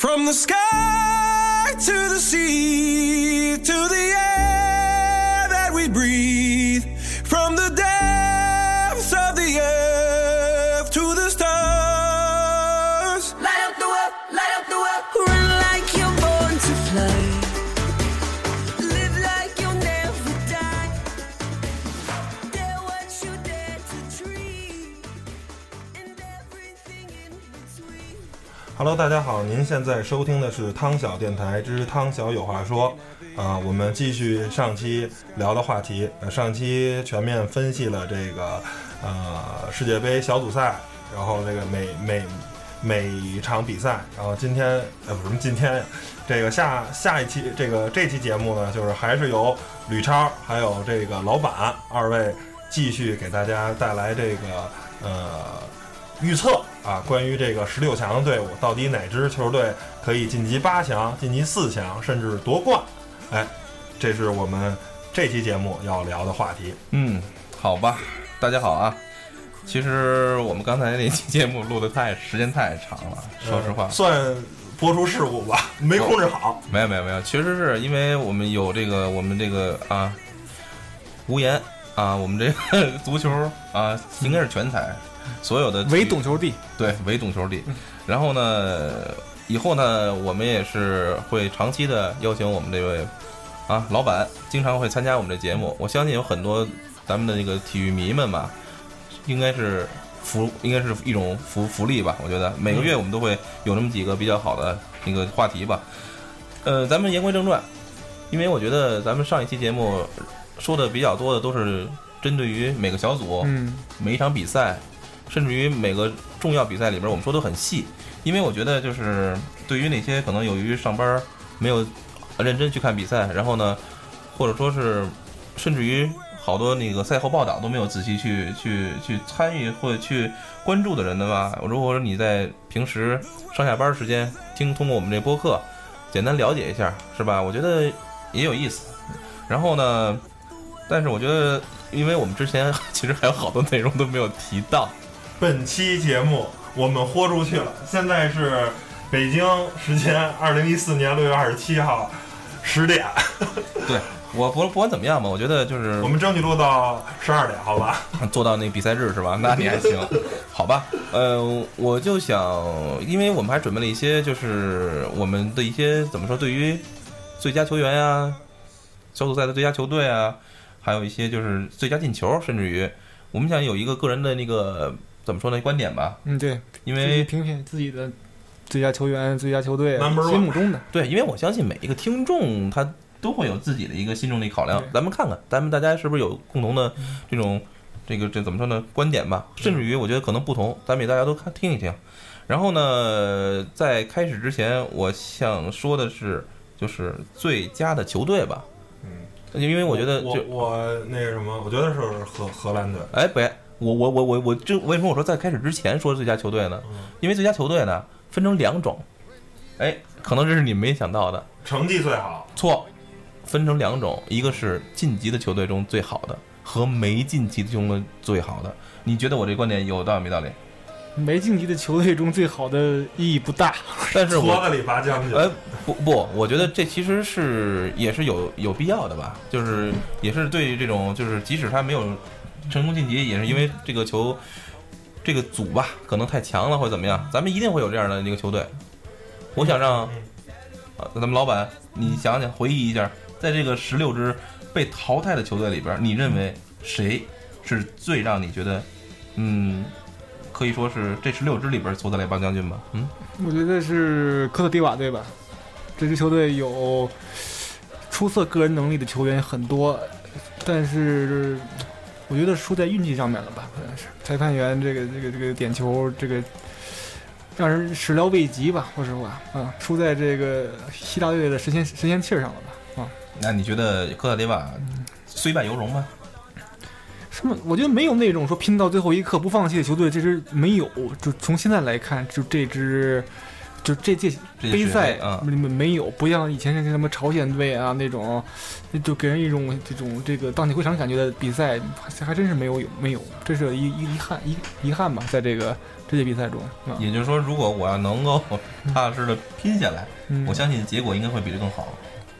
From the sky to the sea to the air that we breathe, from the depths of the earth to the stars. Light up the world, light up the world. Run like you're born to fly. Live like you'll never die. Dare what you dare to dream. And everything in between. Hello， 大家好，您现在收听的是汤小电台之汤小有话说。我们继续上期聊的话题。上期全面分析了这个世界杯小组赛，然后这个每场比赛，然后今天不是今天这个下一期这期节目呢，就是还是由吕超还有这个老板二位继续给大家带来这个预测啊，关于这个16强的队伍到底哪支球队可以晋级8强、晋级4强，甚至夺冠。哎，这是我们这期节目要聊的话题。 好吧，大家好啊。其实我们刚才那期节目录的时间太长了，说实话， 算播出事故吧，没控制好。 没有，确实是因为我们有我们这个无言啊，我们这个足球啊，应该是全才，所有的唯懂球帝， 对，唯懂球帝。然后呢，以后呢，我们也是会长期的邀请我们这位老板经常会参加我们这节目。我相信有很多咱们的那个体育迷们吧，应该是一种福利吧。我觉得每个月我们都会有那么几个比较好的那个话题吧。咱们言归正传，因为我觉得咱们上一期节目说的比较多的都是针对于每个小组、每一场比赛，甚至于每个重要比赛里边，我们说都很细。因为我觉得就是对于那些可能由于上班没有认真去看比赛，然后呢，或者说是甚至于好多那个赛后报道都没有仔细去参与或者去关注的人的话，如果说你在平时上下班时间通过我们这播客简单了解一下，是吧？我觉得也有意思。然后呢，但是我觉得因为我们之前其实还有好多内容都没有提到。 本期节目我们豁出去了，现在是北京时间2014年6月27号10点。 对，我不管怎么样吧，我觉得就是我们争取录到12点，好吧？ 做到那比赛日是吧？那你还行，好吧？我就想，因为我们还准备了一些，就是我们的一些怎么说，对于最佳球员呀、小组赛的最佳球队啊，还有一些就是最佳进球，甚至于我们想有一个个人的那个怎么说呢观点吧。 对， 因为评评自己的最佳球员、最佳球队， 心目中的。 对，因为我相信每一个听众他都会有自己的一个心中的考量，咱们看看，咱们大家是不是有共同的这种这怎么说呢观点吧？甚至于我觉得可能不同，咱们也大家都听一听。然后呢，在开始之前，我想说的是，就是最佳的球队吧。因为我觉得我那个什么，我觉得是荷兰队。 哎，不，我这为什么我说在开始之前说最佳球队呢？因为最佳球队呢分成2种，哎，可能这是你没想到的。 成绩最好？ 错，分成2种，一个是晋级的球队中最好的，和没晋级中的最好的。你觉得我这观点有道理没道理？ 没晋级的球队中最好的意义不大， 但是矬子里拔将军。 不，我觉得这其实也是有必要的吧，就是也是对于这种就是即使他没有成功晋级，也是因为这个这个组吧可能太强了或者怎么样，咱们一定会有这样的一个球队。我想让咱们老板你想想回忆一下，在这个16支被淘汰的球队里边，你认为谁是最让你觉得可以说是这16支里边坐得来帮将军吧？ 我觉得是科特迪瓦队吧。这支球队有出色个人能力的球员很多，但是我觉得输在运气上面了吧？可能是裁判员这个点球这个让人始料未及吧？说实话输在这个希腊队的神仙气儿上了吧？ 那你觉得科特迪瓦虽败犹荣吗？ 什么？我觉得没有那种说拼到最后一刻不放弃的球队，这支没有。就从现在来看，就这支就这届杯赛啊没有，不像以前那什么朝鲜队啊那种，就给人一种这个荡气回肠感觉的比赛，还真是没有，这是遗憾吧，在这届比赛中。 也就是说，如果我要能够踏踏实的拼下来，我相信结果应该会比这更好。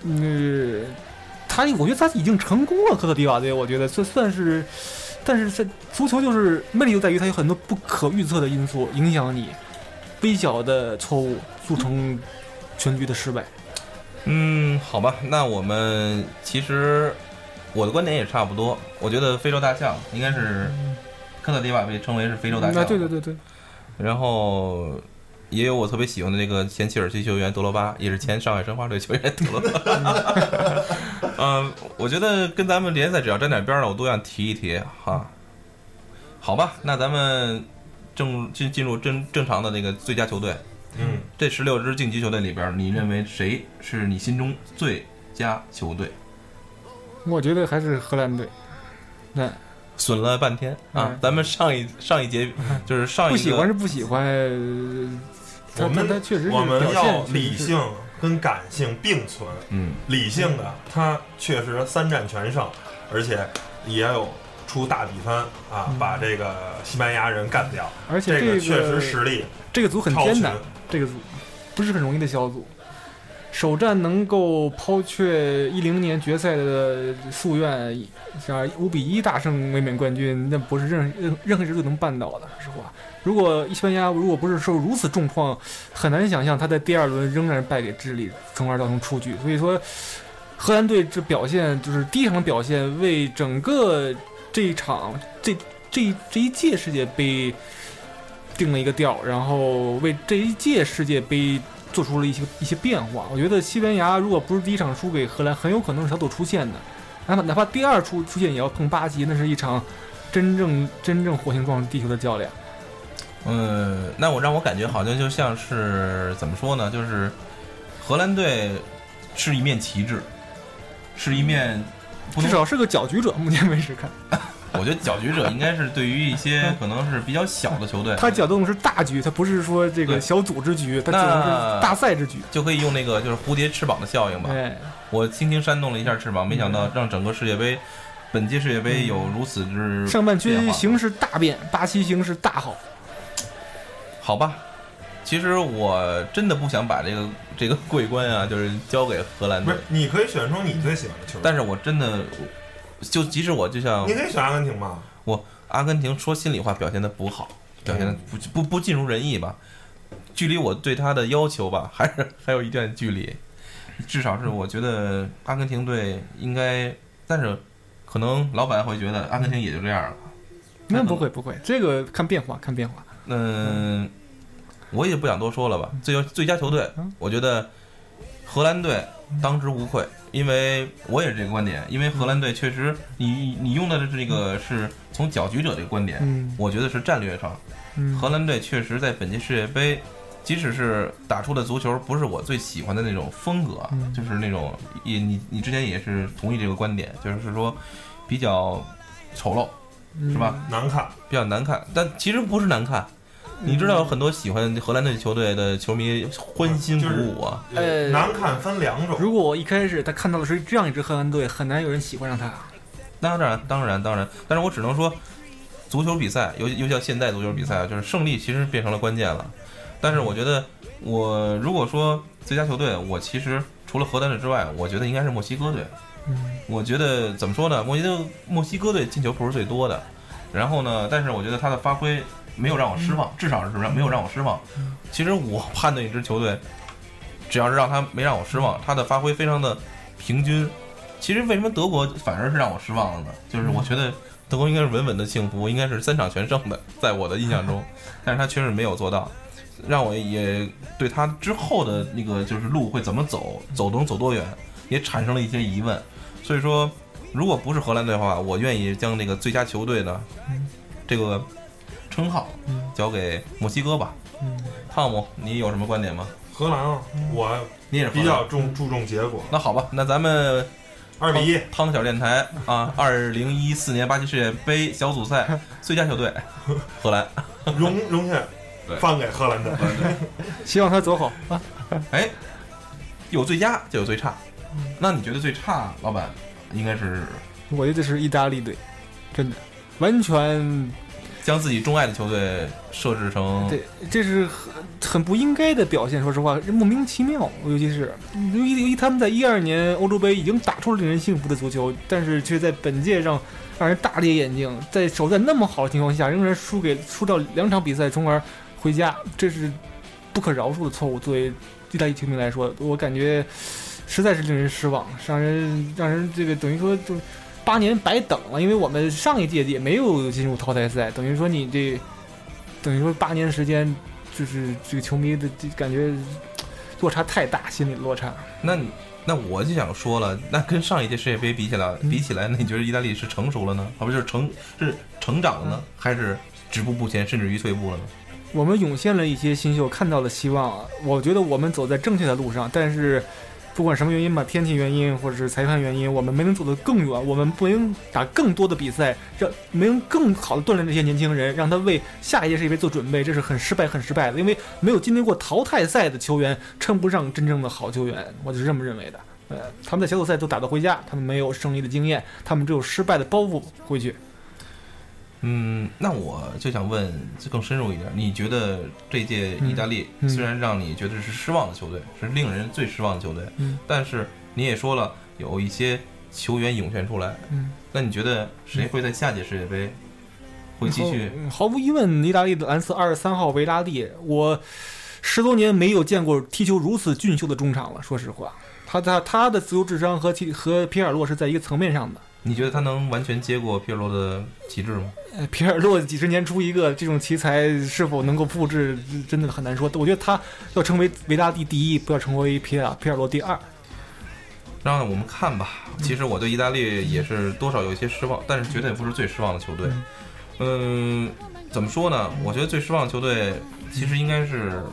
我觉得他已经成功了，科特迪瓦队，我觉得算是，但是在足球就是魅力就在于它有很多不可预测的因素影响你，微小的错误铸成全局的失败。 好吧，那我们其实我的观点也差不多，我觉得非洲大象应该是科特迪瓦被称为是非洲大象。 对。 然后也有我特别喜欢的这个前切尔西球员德罗巴，也是前上海申花队球员德罗巴。我觉得跟咱们联赛只要沾点边的，我都想提一提哈。好吧，那咱们进入正常的那个最佳球队。这16支晋级球队里边，你认为谁是你心中最佳球队？ 我觉得还是荷兰队。 损了半天啊！咱们上一节就是上一个不喜欢是不喜欢，他确实是我们要理性跟感性并存。理性的他确实3战全胜，而且也有出大比分啊，把这个西班牙人干掉。 而且这个确实实力， 这个组很艰难，这个组不是很容易的小组。首战能够抛却10年决赛的夙愿，像5-1大胜卫冕冠军，那不是任何支队能办到的。实话，如果西班牙不是受如此重创，很难想象他在第2轮仍然败给智利，从而造成出局。所以说，荷兰队这表现就是第一场表现，为整个这一场这一届世界杯定了一个调，然后为这一届世界杯做出了一些变化。我觉得西班牙如果不是第一场输给荷兰，很有可能是小组出线的，哪怕第2出现也要碰巴西，那是一场真正火星撞地球的较量。 那让我感觉好像就像是怎么说呢，就是荷兰队是一面旗帜，是一面至少是个搅局者，目前为止看。 我觉得搅局者应该是对于一些可能是比较小的球队， 他搅动的是大局，他不是说这个小组之局，他搅动的是大赛之局， 就可以用那个就是蝴蝶翅膀的效应吧。我轻轻扇动了一下翅膀，没想到让整个世界杯，本届世界杯有如此之上半区形势大变，巴西形势大好。 好吧，其实我真的不想把这个桂冠啊，就是交给荷兰队。 不是，你可以选出你最喜欢的球队， 但是我真的。就即使我就像你可以选阿根廷吗？ 阿根廷说心里话表现的不好，表现的不尽如人意吧，距离我对他的要求吧还有一段距离，至少是我觉得阿根廷队应该，但是可能老板会觉得阿根廷也就这样了。 那不会，这个看变化。 我也不想多说了吧。最佳球队，我觉得荷兰队当之无愧。因为我也是这个观点，因为荷兰队确实，你用的这个是从搅局者这个观点，我觉得是战略上，荷兰队确实在本届世界杯，即使是打出的足球不是我最喜欢的那种风格，就是那种你之前也是同意这个观点，就是说比较丑陋，是吧？ 难看， 比较难看，但其实不是难看。你知道很多喜欢荷兰队球队的球迷欢欣鼓舞啊。 难看分2种。 如果我一开始他看到的是这样一支荷兰队，很难有人喜欢上他。 当然，但是我只能说，足球比赛，尤其像现代足球比赛，就是胜利其实变成了关键了。但是我觉得，我如果说最佳球队，我其实除了荷兰队之外，我觉得应该是墨西哥队。我觉得怎么说呢？墨西哥队进球数是最多的。然后呢，但是我觉得他的发挥没有让我失望，至少是没有让我失望。其实我判断一支球队，只要是让他没让我失望，他的发挥非常的平均。其实为什么德国反而是让我失望了呢？就是我觉得德国应该是稳稳的幸福，应该是3场全胜的，在我的印象中，但是他确实没有做到，让我也对他之后的那个就是路会怎么走能走多远，也产生了一些疑问。所以说，如果不是荷兰队的话，我愿意将那个最佳球队的这个称号交给墨西哥吧。汤姆，你有什么观点吗？ 荷兰啊， 你也是比较注重结果。 那好吧，那咱们 2-1， 汤小电台啊，2014年巴西世界杯小组赛最佳球队荷兰。 荣幸放给荷兰队。 希望他走好啊。 哎，有最佳就有最差，那你觉得最差，老板应该是？ 我觉得这是意大利队，真的完全将自己钟爱的球队设置成对，这是很不应该的表现。说实话，莫名其妙，尤其他们在2012年欧洲杯已经打出了令人信服的足球，但是却在本届上让人大跌眼镜。在手段那么好的情况下，仍然输掉2场比赛，从而回家，这是不可饶恕的错误。作为意大利球迷来说，我感觉实在是令人失望，让人这个等于说就8年白等了，因为我们上一届也没有进入淘汰赛，等于说8年时间，就是这个球迷的感觉落差太大，心理落差。 那我就想说了，那跟上一届世界杯比起来，那你觉得意大利是成熟了呢，而不是成长了呢，还是止步不前，甚至于退步了呢？ 我们涌现了一些新秀，看到了希望，我觉得我们走在正确的路上，但是不管什么原因吧，天气原因或者是裁判原因，我们没能走得更远，我们不能打更多的比赛，没能更好的锻炼这些年轻人，让他为下一届世界杯做准备，这是很失败的，因为没有经历过淘汰赛的球员称不上真正的好球员，我就是这么认为的。他们在小组赛都打得回家，他们没有胜利的经验，他们只有失败的包袱回去。 那我就想问更深入一点，你觉得这届意大利虽然让你觉得是失望的球队，是令人最失望的球队，但是你也说了有一些球员涌现出来，那你觉得谁会在下届世界杯会继续？ 毫无疑问，意大利的蓝色23号维拉蒂，我10多年没有见过踢球如此俊秀的中场了。说实话，他的自由智商和皮尔洛是在一个层面上的。 你觉得他能完全接过皮尔洛的旗帜吗？ 皮尔洛几十年出一个，这种奇才是否能够复制，真的很难说。我觉得他要成为维拉蒂第一，不要成为皮尔洛第二。 让我们看吧。其实我对意大利也是多少有一些失望，但是绝对不是最失望的球队。怎么说呢？我觉得最失望的球队其实应该是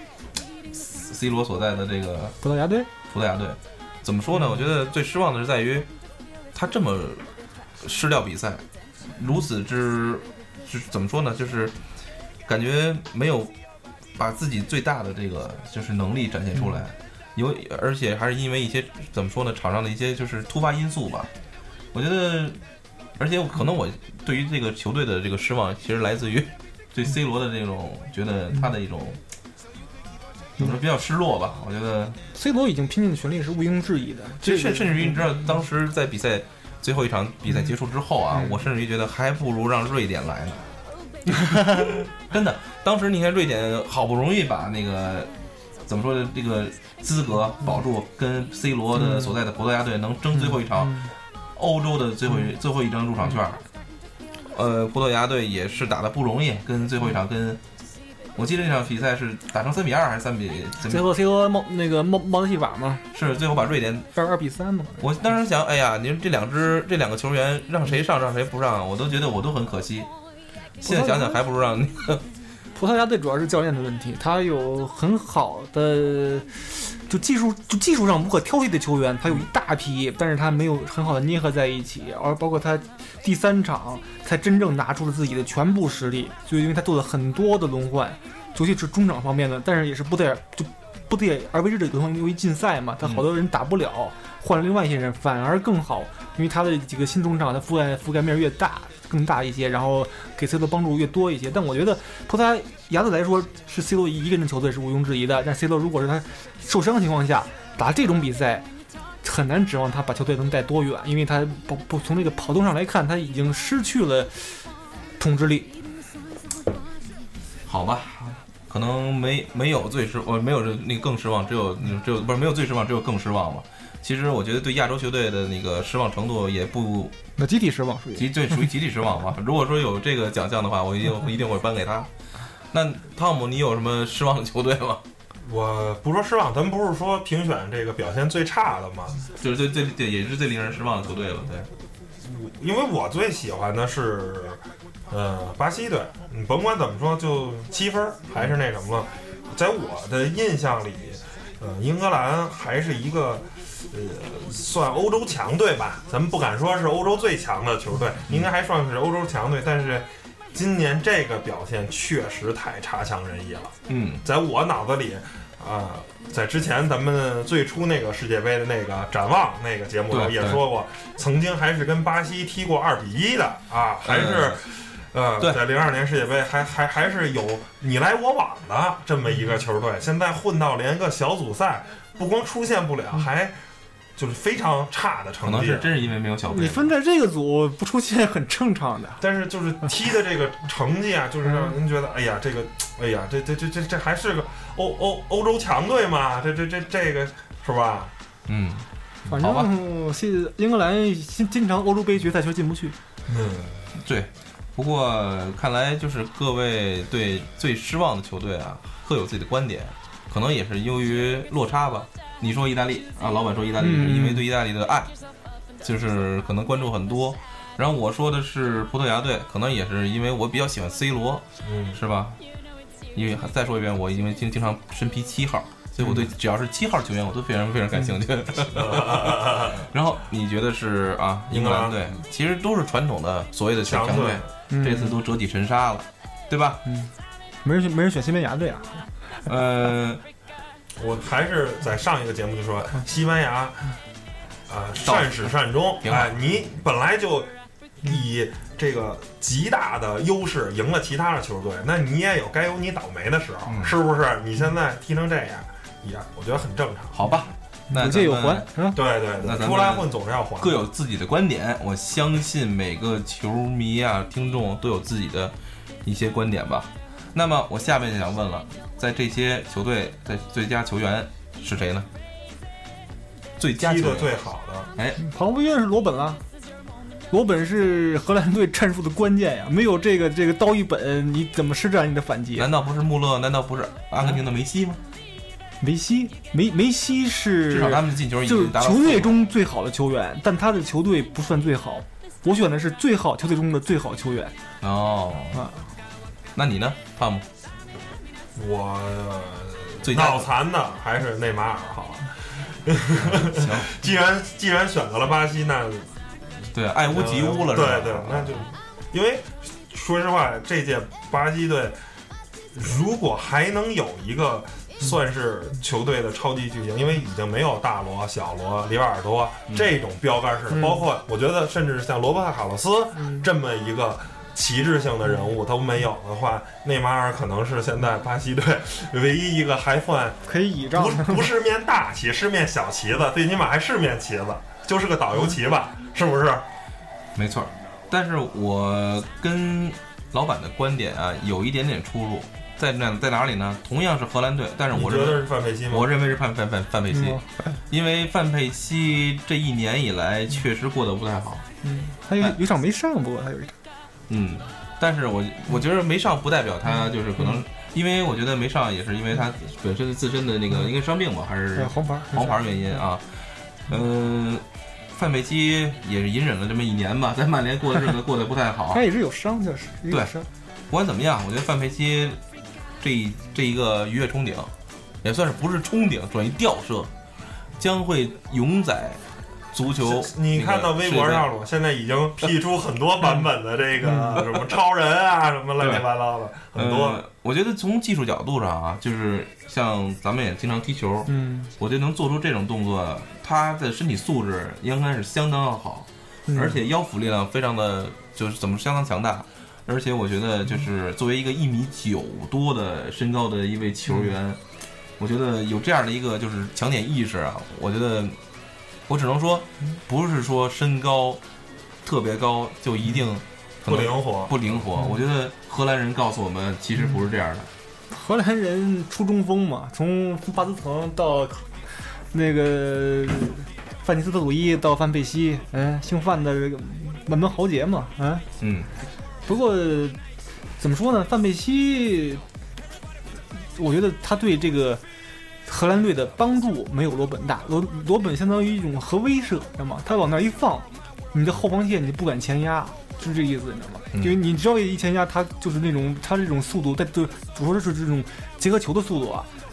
C 罗所在的这个葡萄牙队。 怎么说呢？我觉得最失望的是在于他这么失掉比赛，如此怎么说呢？就是感觉没有把自己最大的这个就是能力展现出来，而且还是因为一些怎么说呢，场上的一些就是突发因素吧。我觉得，而且可能我对于这个球队的这个失望，其实来自于对 C 罗的这种觉得他的一种怎么说比较失落吧。我觉得 C 罗已经拼尽的全力是毋庸置疑的， 甚至于你知道，当时在比赛最后一场比赛结束之后啊，我甚至于觉得还不如让瑞典来呢。真的，当时你看瑞典好不容易把那个怎么说的这个资格保住，跟 C 罗的所在的葡萄牙队能争最后一场欧洲的最后一张入场券。葡萄牙队也是打得不容易，跟最后一场我记得那场比赛是打成3-2还是3比？ 最后 C 罗冒的戏法嘛， 是最后把瑞典 2-3嘛。 我当时想，哎呀，你这两个球员让谁上让谁不上，我都觉得我都很可惜。现在想想还不如让那个葡萄牙队主要是教练的问题，他有很好的技术上不可挑剔的球员，他有一大批，但是他没有很好的捏合在一起，而包括他第3场才真正拿出了自己的全部实力，就因为他做了很多的轮换，尤其是中场方面的，但是也是不得而为之的由于禁赛嘛，他好多人打不了，换了另外一些人反而更好，因为他的几个新中场，他覆盖面越大。更大一些，然后给 C 罗帮助越多一些，但我觉得葡萄牙队来说是 C 罗一个人的球队是毋庸置疑的，但 C 罗如果是他受伤的情况下打这种比赛，很难指望他把球队能带多远，因为他不从这个跑动上来看，他已经失去了统治力。 好吧，可能没有最失，没有那个更失望，只有不是没有最失望，只有更失望嘛。其实我觉得对亚洲球队的那个失望程度也不， 那集体失望属于集体失望嘛。如果说有这个奖项的话，我一定会颁给他。那汤姆，你有什么失望的球队吗？ 我不说失望，咱们不是说评选这个表现最差的吗？ 就是对，也是最令人失望的球队了。对， 因为我最喜欢的是巴西队，你甭管怎么说，就7分还是那什么了。在我的印象里，英格兰还是一个算欧洲强队吧，咱们不敢说是欧洲最强的球队，应该还算是欧洲强队，但是今年这个表现确实太差强人意了。在我脑子里在之前咱们最初那个世界杯的那个展望那个节目中也说过，曾经还是跟巴西踢过2-1的啊，还是在02年世界杯还是有你来我往的这么一个球队，现在混到连个小组赛不光出现不了，还就是非常差的成绩。 可能是真是因为没有小贝。 你分在这个组不出现很正常的， 但是就是踢的这个成绩啊，就是让人觉得，哎呀，这还是个欧洲强队嘛，这个是吧？ 反正英格兰经常欧洲杯决赛圈进不去。 对。不过看来就是各位对最失望的球队啊，各有自己的观点，可能也是由于落差吧。你说意大利啊，老板说意大利是因为对意大利的爱，就是可能关注很多。然后我说的是葡萄牙队，可能也是因为我比较喜欢 C 罗，是吧？因为再说一遍，我因为经常身披7号，所以我对只要是7号球员我都非常非常感兴趣。然后你觉得是英格兰队，其实都是传统的所谓的强队，这次都折戟沉沙了，对吧？ 没人选西班牙队啊。 我还是在上一个节目就说西班牙善始善终，你本来就以这个极大的优势赢了其他的球队，那你也该有你倒霉的时候，是不是？你现在踢成这样，我觉得很正常。 好吧， 有借有还， 对，那出来混总是要还。 各有自己的观点，我相信每个球迷啊、听众都有自己的一些观点吧。那么我下面就想问了，在这些球队，在最佳球员是谁呢？最佳球员踢得最好的， 毫无疑问是罗本了。罗本是荷兰队战术的关键呀，没有这个刀一本，你怎么施展你的反击？ 难道不是穆勒？难道不是阿根廷的梅西吗？ 梅西是至少他们的进球已就是经达到球队中最好的球员，但他的球队不算最好。我选的是最好球队中的最好球员。 那你呢，汤姆？ 我最佳脑残的还是内马尔好。 行， 既然选择了巴西，那对爱屋及乌了，是吧？ 对，那就因为说实话，这届巴西队如果还能有一个算是球队的超级巨星，因为已经没有大罗、小罗、里瓦尔多这种标杆式的，包括我觉得甚至像罗伯特卡洛斯这么一个旗帜性的人物都没有的话，内马尔可能是现在巴西队唯一一个还算可以倚仗不是面大旗，是面小旗子，最起码还是面旗子，就是个导游旗吧，是不是？ 没错。但是我跟老板的观点啊有一点点出入，在哪里呢？同样是荷兰队，但是我认为你觉得是范佩西吗？ 我认为是范佩西，因为范佩西这一年以来确实过得不太好。 他有一场没上，不过他有一场。 但是我觉得没上不代表他就是可能，因为我觉得没上也是因为他本身自身的那个应该伤病吧，还是黄牌原因啊。范佩西也是隐忍了这么一年吧，在曼联过的日子过得不太好。 他也是有伤，就是对。不管怎么样，我觉得范佩西这一个鱼跃冲顶，也算是不是冲顶，转移吊射，将会永载足球。 你看到微博上了，现在已经批出很多版本的这个什么超人啊，什么乱七八糟的很多。 我觉得从技术角度上啊，就是像咱们也经常踢球，我觉得能做出这种动作，他的身体素质应该是相当好，而且腰腹力量非常的就是怎么相当强大。而且我觉得就是作为一个1.9米多的身高的一位球员，我觉得有这样的一个就是强点意识啊，我觉得我只能说，不是说身高特别高就一定不灵活。 我觉得荷兰人告诉我们，其实不是这样的。 荷兰人出中锋嘛，从巴斯滕到那个范尼斯特鲁伊到范佩西，姓范的这个满门豪杰嘛，不过怎么说呢？范佩西，我觉得他对这个荷兰队的帮助没有罗本大。罗本相当于一种核威慑，知道吗？他往那一放，你的后防线你不敢前压，就是这个意思，你知道吗？因为你只要一前压，他就是那种他这种速度，但就主要是这种结合球的速度啊，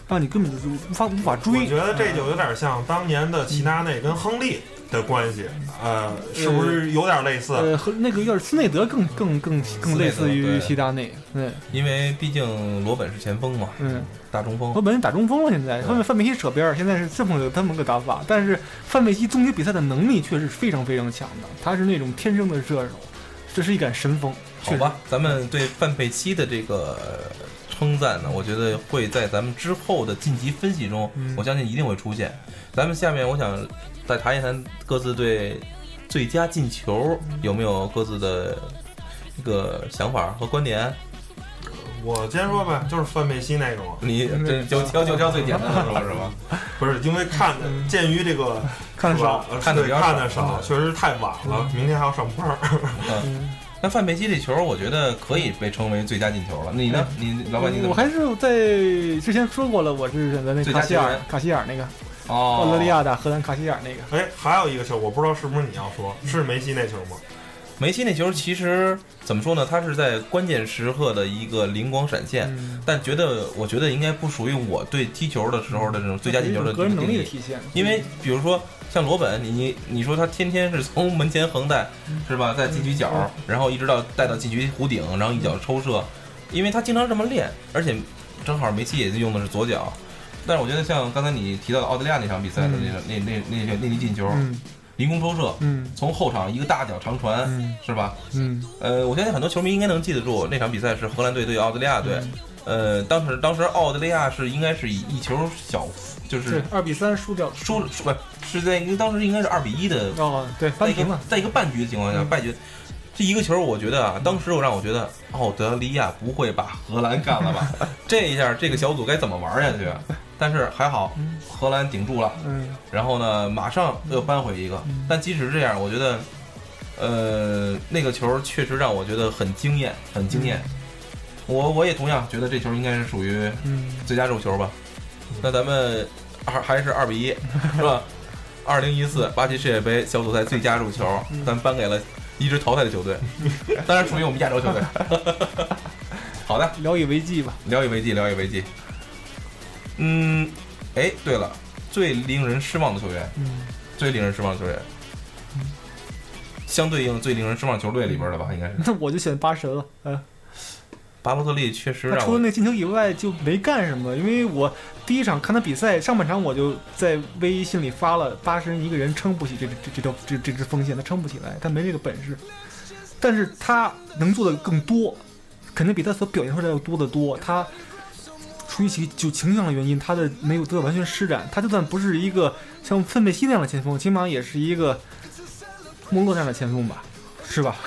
让你根本就是无法我追。 觉得这就有点像当年的齐达内跟亨利的关系，是不是有点类似？ 和那个要是斯内德更类似于齐达内，对， 因为毕竟罗本是前锋嘛，大中锋。 罗本打中锋了，现在后面范佩西扯边儿，现在是这么个打法。但是范佩西终结比赛的能力确实非常非常强的，他是那种天生的射手，这是一杆神锋。 好吧，咱们对范佩西的这个称赞呢，我觉得会在咱们之后的晋级分析中，我相信一定会出现。咱们下面我想再谈一谈各自对最佳进球有没有各自的一个想法和观点。 我先说呗，就是范佩西那种。 你这就挑最简单的说是吧？ 不是，因为鉴于这个看的少， 看的少，确实太晚了，明天还要上班。 那范佩西这球，我觉得可以被称为最佳进球了。你呢？你老板你怎么？ 我还是在之前说过了，我是选择那卡希尔那个。澳大利亚打荷兰卡希尔那个。 哎，还有一个球，我不知道是不是你要说，是梅西那球吗？ 梅西那球其实怎么说呢？他是在关键时刻的一个灵光闪现，但我觉得应该不属于我对踢球的时候的这种最佳进球的个人能力的体现。 因为比如说像罗本，你说他天天是从门前横带，是吧，在禁区角，然后一直带到禁区弧顶，然后一脚抽射，因为他经常这么练，而且正好梅西也用的是左脚。但是我觉得像刚才你提到的澳大利亚那场比赛的那粒进球，凌空抽射，从后场一个大脚长传，是吧？我相信很多球迷应该能记得住，那场比赛是荷兰队对澳大利亚队。当时澳大利亚应该是以一球小，就是 2-3输掉， 是在当时应该是2-1的对，翻平了， 在一个半局的情况下败局。这一个球，我觉得啊，当时让我觉得澳大利亚不会把荷兰干了吧？这一下这个小组该怎么玩下去？但是还好，荷兰顶住了，然后呢，马上又扳回一个。但即使这样，我觉得，那个球确实让我觉得很惊艳，很惊艳。我也同样觉得这球应该是属于最佳入球吧。那咱们还是2-1，是吧？2014巴西世界杯小组赛最佳入球，咱颁给了一支淘汰的球队，当然属于我们亚洲球队。好的， 聊以为继吧， 聊以为继。对了，最令人失望的球员，相对应最令人失望球队里边的吧，应该是。 那我就选巴神了， 巴洛特利确实让他除了那进球以外就没干什么，因为我第一场看他比赛，上半场我就在微信里发了，巴神一个人撑不起这支锋线，他撑不起来，他没这个本事，但是他能做的更多，肯定比他所表现出来要多得多。他出于倾向的原因，他的没有得到完全施展，他就算不是一个像范佩西那样的前锋，起码也是一个莫洛这样的前锋吧，是吧？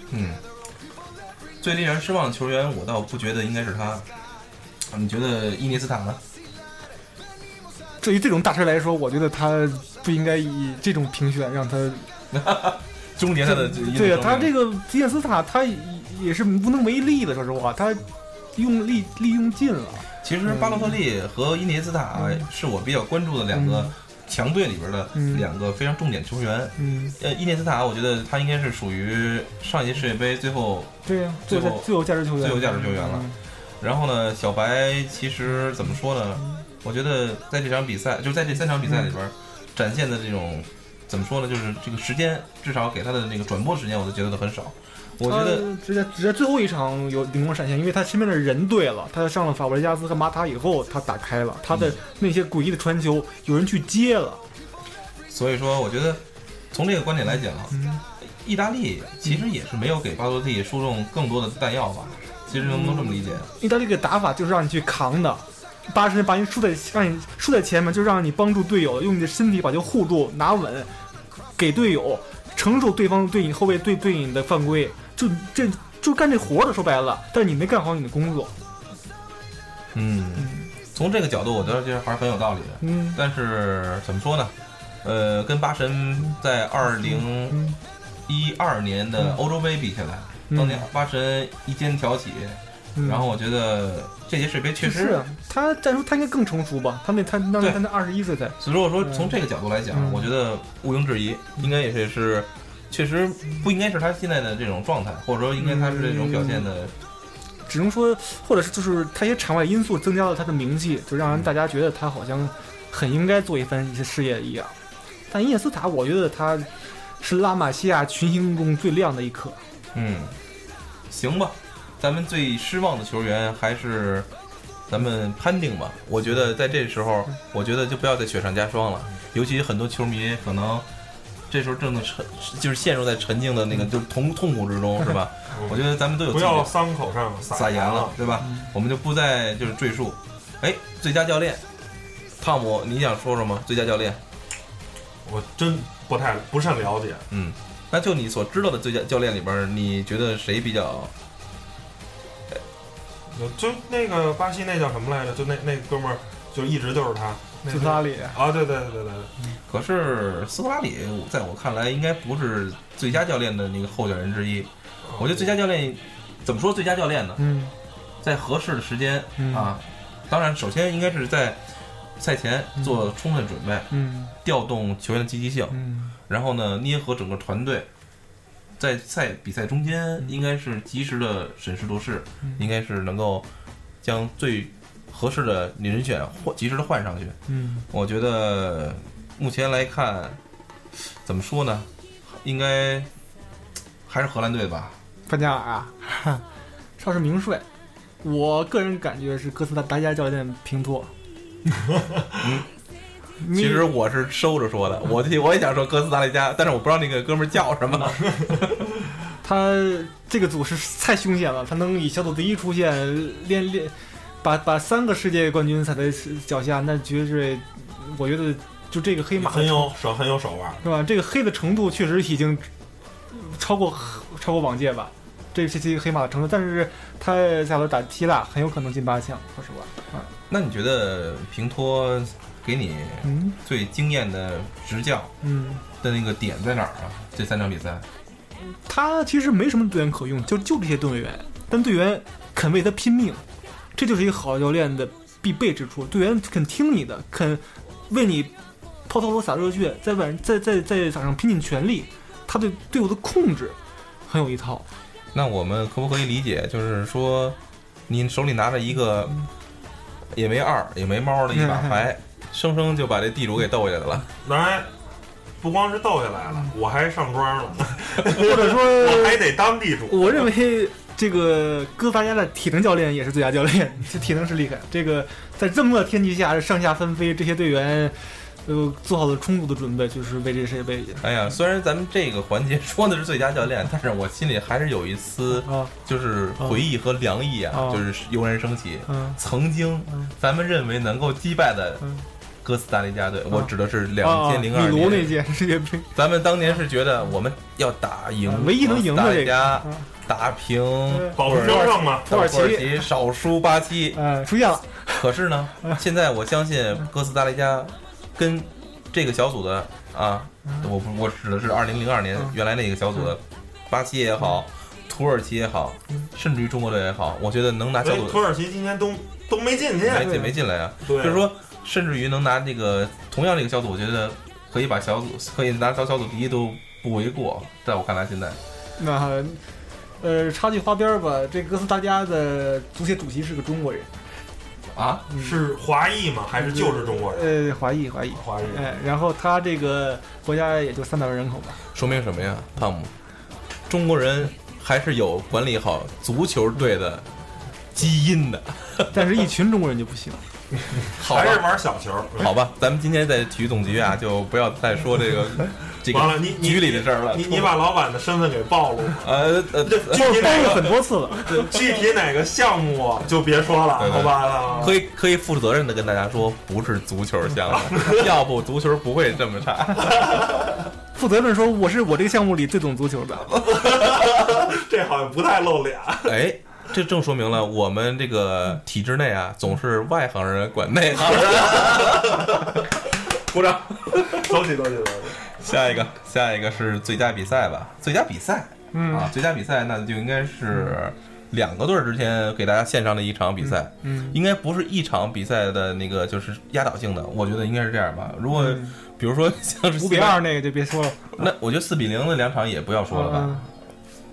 最令人失望的球员，我倒不觉得应该是他。你觉得伊涅斯塔呢？ 对于这种大师来说，我觉得他不应该以这种评选让他终结他的。 对啊，他这个伊涅斯塔他也是无能为力的，说实话，他利用尽了。 其实巴洛特利和伊涅斯塔是我比较关注的两个强队里边的两个非常重点球员。伊涅斯塔，我觉得他应该是属于上一届世界杯最后最有价值球员了。然后呢，小白其实怎么说呢？我觉得在这场比赛，就是在这3场比赛里边展现的这种怎么说呢？就是这个时间，至少给他的那个转播时间，我都觉得很少。我觉得只在最后一场有灵光闪现，因为他身边的人对了，他上了法布雷加斯和马塔以后，他打开了他的那些诡异的传球，有人去接了。 所以说，我觉得从这个观点来讲，意大利其实也是没有给巴洛特利输送更多的弹药吧。其实能不能这么理解？ 意大利的打法就是让你去扛的，巴神把你让你输在前面，就让你帮助队友，用你的身体把球护住，拿稳，给队友承受对方对你后卫对你的犯规。就干这活的，说白了，但是你没干好你的工作。 从这个角度，我觉得这还是很有道理的。但是怎么说呢？跟巴神在2012年的欧洲杯比起来，当年巴神一肩挑起，然后我觉得这届世界杯确实是他战术他应该更成熟吧？他那21岁才。 所以说我说从这个角度来讲，我觉得毋庸置疑，应该也是。确实不应该是他现在的这种状态，或者说应该他是这种表现的只能说，或者是就是他一些场外因素增加了他的名气，就让人大家觉得他好像很应该做一些事业一样。但伊涅斯塔，我觉得他是拉玛西亚群星中最亮的一颗。 行吧，咱们最失望的球员还是咱们判定吧。我觉得在这时候，我觉得就不要再雪上加霜了。尤其很多球迷可能这时候正在就是陷入在沉静的那个就是痛苦之中，是吧？我觉得咱们都有不要伤口上撒盐了，对吧？我们就不再就是赘述。最佳教练，汤姆，你想说什么？最佳教练？ 我真不甚了解。 那就你所知道的最佳教练里边，你觉得谁比较？ 就那个巴西那叫什么来着？就那哥们儿，就一直就是他。 斯特拉里啊，对。 可是斯特拉里在我看来应该不是最佳教练的那个候选人之一。我觉得最佳教练怎么说最佳教练呢？在合适的时间啊，当然首先应该是在赛前做充分准备，调动球员的积极性，然后呢捏合整个团队，在比赛中间应该是及时的审时度势，应该是能够将最合适的人选及时的换上去。我觉得目前来看，怎么说呢，应该还是荷兰队吧。 范加尔啊，少是名帅。我个人感觉是哥斯达加教练平托。 其实我是收着说的，我也想说哥斯达黎加，但是我不知道那个哥们儿叫什么。 他这个组是太凶险了，他能以小组第一出现，把3个世界冠军踩在脚下，那绝对，我觉得就这个黑马很有手腕， 是吧？这个黑的程度确实已经超过往届吧。这是一个黑马的程度，但是他下轮打希腊很有可能进8强，说实话。 那你觉得平托给你最惊艳的执教的那个点在哪儿啊？这3场比赛， 他其实没什么队员可用，就这些队员，但队员肯为他拼命，这就是一个好教练的必备之处。队员肯听你的，肯为你抛头颅洒热血，在场上拼尽全力，他对队伍的控制很有一套。 那我们可不可以理解，就是说，你手里拿着一个也没二也没猫的一把牌，生生就把这地主给斗下来了？ 来，不光是斗下来了，我还上庄了， 或者说我还得当地主。 我认为这个哥斯达黎加的体能教练也是最佳教练，这体能是厉害。这个在这么热天气下上下纷飞，这些队员做好了充足的准备，就是为这世界杯。 哎呀，虽然咱们这个环节说的是最佳教练，但是我心里还是有一丝就是回忆和凉意啊，就是油然升起。曾经咱们认为能够击败的哥斯达黎加队，我指的是2002年米卢那届世界杯。 咱们当年是觉得我们要打赢， 唯一能赢的这个，打平保持胜胜嘛， 土耳其少输巴西， 出现了。 可是呢，现在我相信哥斯达黎加跟这个小组的我指的是2002年原来那个小组的巴西也好，土耳其也好，甚至于中国队也好，我觉得能拿小组。 土耳其今年都没进去， 没进来啊。就是说，甚至于能拿这个同样这个小组，我觉得可以拿到小组第一都不为过。在我看来，现在那插句花边吧，这哥斯达黎加的足协主席是个中国人。 是华裔吗？还是就是中国人？ 华裔。然后他这个国家也就300万人口吧。说明什么呀，汤姆？中国人还是有管理好足球队的基因的， 但是一群中国人就不行。 还是玩小球。 好吧，咱们今天在体育总局啊，就不要再说这个完了， 局里的事儿了。 你把老板的身份给暴露了。具体哪个很多次了， 具体哪个项目就别说了，好吧？ 可以负责任的跟大家说，不是足球项目，要不足球不会这么差。 负责任说，我这个项目里最懂足球的。 这好像不太露脸。 这正说明了我们这个体制内啊，总是外行人管内行人。鼓掌， 走起。 下一个是最佳比赛吧？最佳比赛，最佳比赛那就应该是2个队之前给大家献上的一场比赛，应该不是一场比赛的那个就是压倒性的，我觉得应该是这样吧。如果比如说像是 5-2那个就别说了， 那我觉得4-0的2场也不要说了吧。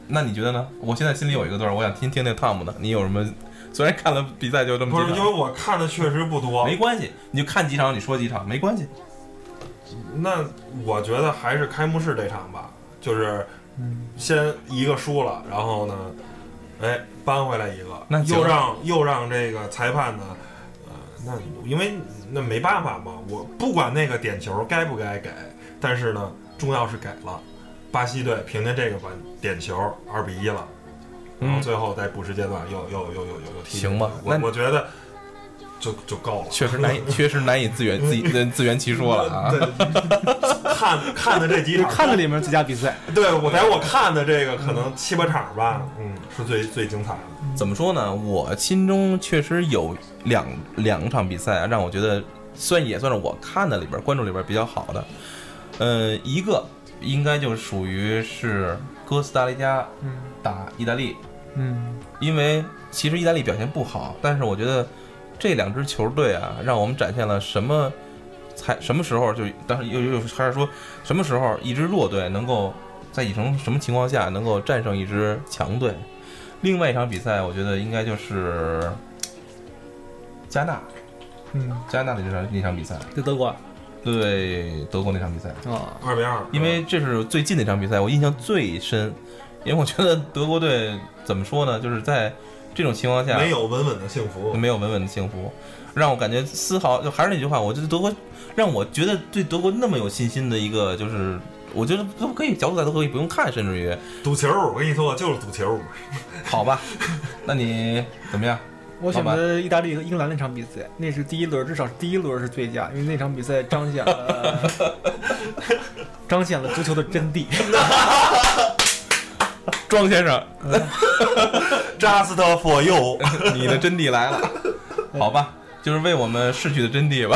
那你觉得呢？我现在心里有一个段，我想听听那汤姆的，你有什么？虽然看了比赛就这么不是， 几场， 因为我看的确实不多， 没关系，你就看几场，你说几场没关系。 那我觉得还是开幕式这场吧，就是先一个输了，然后呢，哎，扳回来一个， 那又让这个裁判呢，那因为那没办法嘛，我不管那个点球该不该给，但是呢，重要是给了，巴西队凭借这个把点球2-1了，然后最后在补时阶段又踢， 行吧？ 我觉得就够了， 确实难以自圆其说了啊。 看的这几场， 看的里面最佳比赛。 对，我看的这个可能7-8场吧，是最精彩的。 怎么说呢？我心中确实有两场比赛啊，让我觉得也算是我看的里边关注里边比较好的。一个应该就属于是哥斯达黎加打意大利，因为其实意大利表现不好，但是我觉得这两支球队啊，让我们展现了什么时候就当时又还是说什么时候一支弱队能够在以什么情况下能够战胜一支强队。另外一场比赛，我觉得应该就是加纳，加纳的那场比赛， 对德国， 对德国那场比赛啊 ，2-2， 因为这是最近那场比赛，我印象最深，因为我觉得德国队怎么说呢，就是在这种情况下没有稳稳的幸福，让我感觉丝毫就还是那句话，我觉得德国让我觉得对德国那么有信心的一个就是。我觉得都可以，角度赛都可以不用看，甚至于赌球。我跟你说，就是赌球。 好吧，那你怎么样？ 我选择意大利和英格兰那场比赛，那是第一轮，至少是第一轮是最佳，因为那场比赛彰显了足球的真谛。 庄先生 ，Just for you， 你的真谛来了。好吧，就是为我们逝去的真谛吧。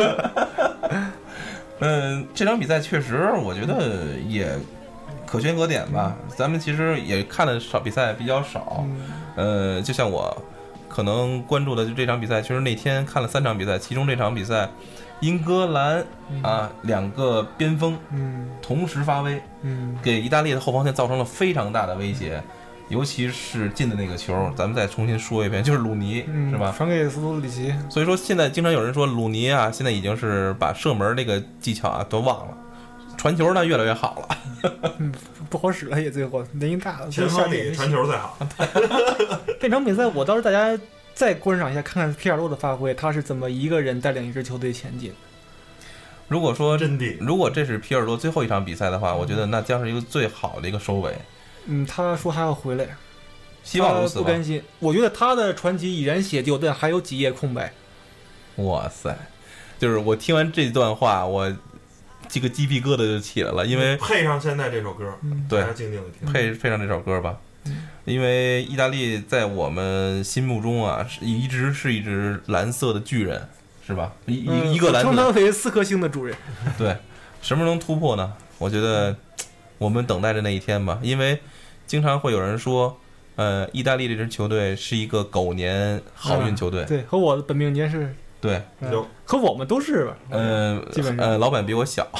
这场比赛确实，我觉得也可圈可点吧。咱们其实也看的比赛比较少，就像我可能关注的就这场比赛，确实那天看了3场比赛，其中这场比赛，英格兰啊2个边锋同时发威，给意大利的后防线造成了非常大的威胁。尤其是进的那个球，咱们再重新说一遍，就是鲁尼，是吧？ 传给斯图里奇。 所以说，现在经常有人说鲁尼啊，现在已经是把射门那个技巧啊都忘了，传球呢越来越好了。 不好使了也最后年龄大了。 前锋里传球最好。 这场比赛我倒是大家再观赏一下，看看皮尔洛的发挥，他是怎么一个人带领一支球队前进。 如果说真的， 如果这是皮尔洛最后一场比赛的话，我觉得那将是一个最好的一个收尾。 他说还要回来， 希望如此吧。 不甘心，我觉得他的传奇已然写就，但还有几页空白。 哇塞，就是我听完这段话，我这个鸡皮疙瘩就起来了，因为配上现在这首歌， 对， 大家静静的听， 配上这首歌吧。因为意大利在我们心目中啊，一直是一只蓝色的巨人，是吧？一个蓝色， 称他为4颗星的主人。 对，什么能突破呢？我觉得我们等待着那一天吧，因为经常会有人说，意大利这支球队是一个狗年好运球队， 对，和我的本命年是， 对， 和我们都是吧，基本上， 老板比我小，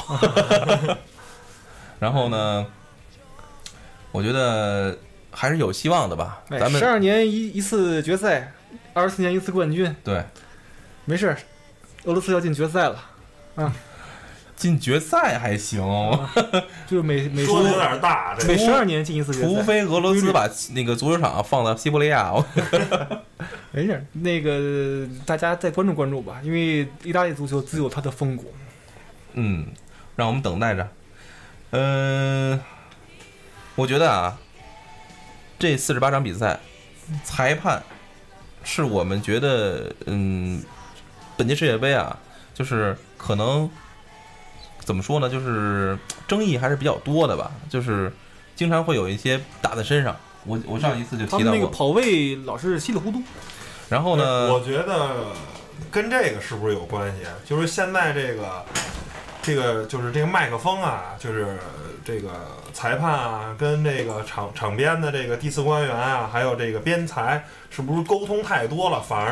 然后呢，我觉得还是有希望的吧。咱们 12年一次决赛，24年一次冠军， 对， 没事，俄罗斯要进决赛了，啊。 进决赛还行， 就每说的有点大， 每12年进一次决赛， 除非俄罗斯把那个足球场放到西伯利亚。 没事，那个大家再关注关注吧，因为意大利足球自有它的风骨。 让我们等待着。我觉得啊，这48场比赛，裁判是我们觉得，本届世界杯啊，就是可能。怎么说呢？就是争议还是比较多的吧，就是经常会有一些打在身上。我上一次就提到过， 他们那个跑位老是稀里糊涂。 然后呢， 我觉得跟这个是不是有关系？就是现在这个就是这个麦克风啊，就是这个裁判啊，跟这个场边的这个第4官员啊，还有这个边裁，是不是沟通太多了，反而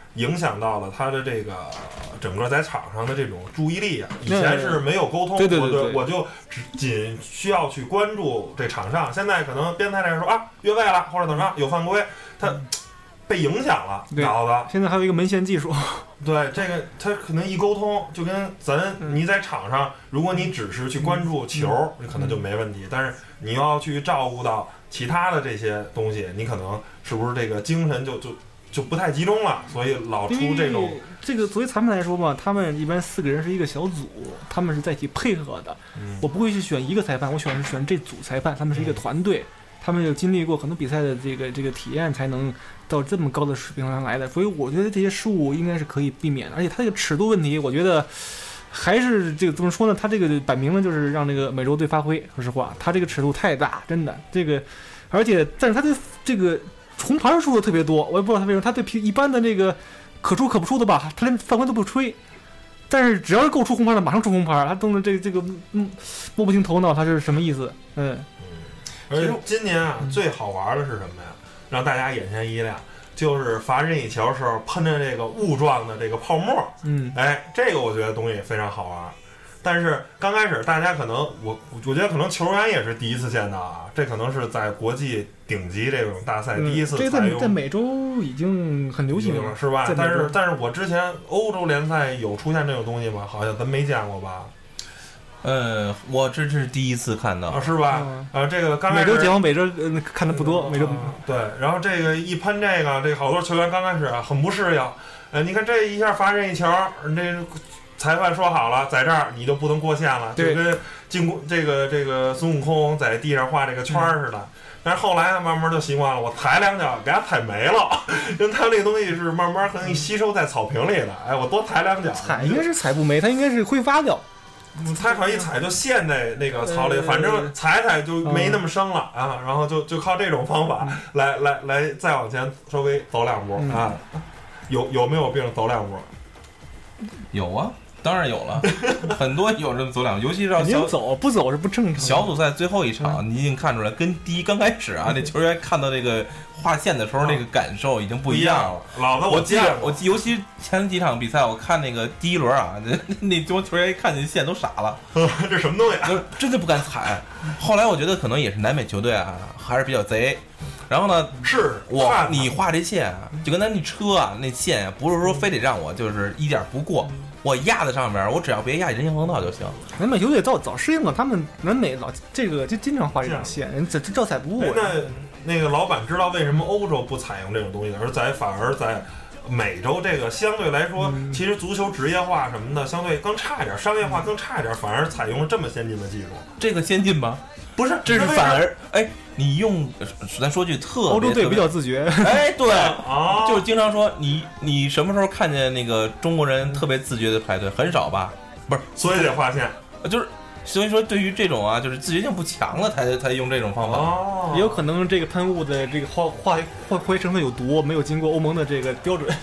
影响到了他的这个整个在场上的这种注意力啊。以前是没有沟通， 对， 我就仅需要去关注这场上。现在可能边裁来说啊越位了或者怎么着有犯规，他被影响了脑子。 现在还有一个门线技术， 对这个他可能一沟通就跟你在场上，如果你只是去关注球，你可能就没问题，但是你要去照顾到其他的这些东西，你可能是不是这个精神就不太集中了，所以老出这种。 这个作为裁判来说嘛，他们一般4个人是一个小组，他们是在一起配合的。我不会去选一个裁判，我选这组裁判，他们是一个团队，他们有经历过很多比赛的这个体验，才能到这么高的水平上来的。所以我觉得这些失误应该是可以避免的，而且他这个尺度问题，我觉得还是这个怎么说呢？他这个摆明了就是让这个美洲队发挥。说实话，他这个尺度太大，真的这个，但是他这个红牌数的特别多，我也不知道他为什么，他对一般的这个可出可不出的吧，他连犯规都不吹，但是只要是够出红牌的，马上出红牌，他动的这个摸不清头脑，他是什么意思？ 而且今年啊，最好玩的是什么呀？让大家眼前一亮，就是罚任意球的时候喷着这个雾状的这个泡沫。这个我觉得东西非常好玩。但是刚开始大家可能我觉得可能球员也是第一次见到啊，这可能是在国际顶级这种大赛第一次采用。 这个在美洲已经很流行了， 是吧？但是我之前欧洲联赛有出现这种东西吗？好像咱没见过吧？ 我这是第一次看到， 是吧？这个刚开始美洲解放北洲看的不多，美洲对。然后这个一喷这个好多球员刚开始啊很不适应。你看这一下罚任意球，这裁判说好了，在这儿你就不能过线了，就跟这个孙悟空在地上画这个圈似的。但是后来慢慢就习惯了，我踩2脚给它踩没了，因为它那个东西是慢慢可能吸收在草坪里的。我多踩2脚， 踩应该是踩不没，它应该是挥发掉。 它好像一踩就陷在那个草里，反正踩就没那么深了啊。然后就靠这种方法来再往前稍微走2步啊。有没有病走2步？ 有啊。当然有了，很多有这么走2步，尤其是要不走是不正常。 小组赛最后一场，你已经看出来，跟第一刚开始啊，那球员看到这个划线的时候，那个感受已经不一样了。 老子我记，尤其前几场比赛，我看那个第一轮啊，那球员一看见线都傻了， 这什么东西啊？ 真的不敢踩。后来我觉得可能也是南美球队啊，还是比较贼。然后呢，你画这线啊，就跟咱那车啊那线啊，不是说非得让我就是一点不过。我压在上面，我只要别压人行横道就行。 南美球队早适应了，他们南美这个就经常画这种线，人照踩不误。 那个老板知道为什么欧洲不采用这种东西，反而在美洲这个相对来说，其实足球职业化什么的相对更差一点，商业化更差一点，反而采用了这么先进的技术。 这个先进吗？不是，这是反而你用咱说句欧洲队比较自觉， 对，就是经常说你什么时候看见那个中国人特别自觉的排队？很少吧？不是， 所以得划线， 就是所以说对于这种啊，就是自觉性不强了，才用这种方法。 也有可能这个喷雾的这个化学成分有毒，没有经过欧盟的这个标准。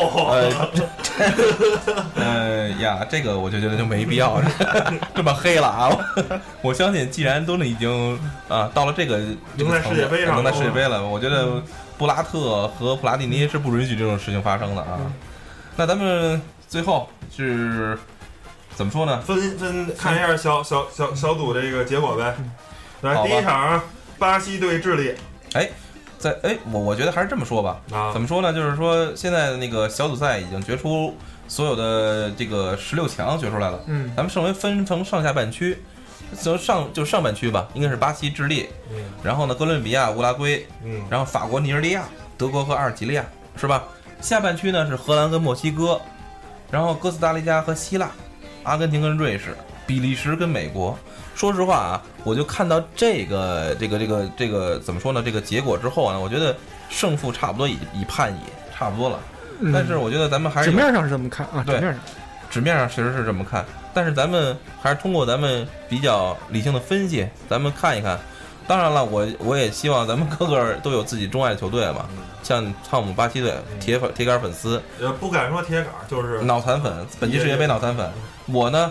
这个我就觉得就没必要这么黑了啊！我相信，既然都已经到了这个能在世界杯上， 能在世界杯了，我觉得布拉特和普拉蒂尼是不允许这种事情发生的啊。那咱们最后是怎么说呢？ 分看一下小组这个结果呗。来，第一场巴西对智利。 我觉得还是这么说吧。怎么说呢？就是说现在的那个小组赛已经决出所有的这个16强决出来了。咱们剩分成上下半区，上半区吧，应该是巴西、智利，然后呢哥伦比亚、乌拉圭，然后法国、尼日利亚、德国和阿尔及利亚，是吧？下半区呢是荷兰跟墨西哥，然后哥斯达黎加和希腊，阿根廷跟瑞士，比利时跟美国。说实话啊，我就看到这个怎么说呢？这个结果之后呢，我觉得胜负差不多已判矣，差不多了。但是我觉得咱们还是纸面上是这么看啊， 对，纸面上确实是这么看。但是咱们还是通过咱们比较理性的分析，咱们看一看。当然了，我也希望咱们个个都有自己钟爱的球队嘛，像我们巴西队铁杆粉丝， 不敢说铁杆，就是脑残粉，本届世界杯脑残粉。我呢，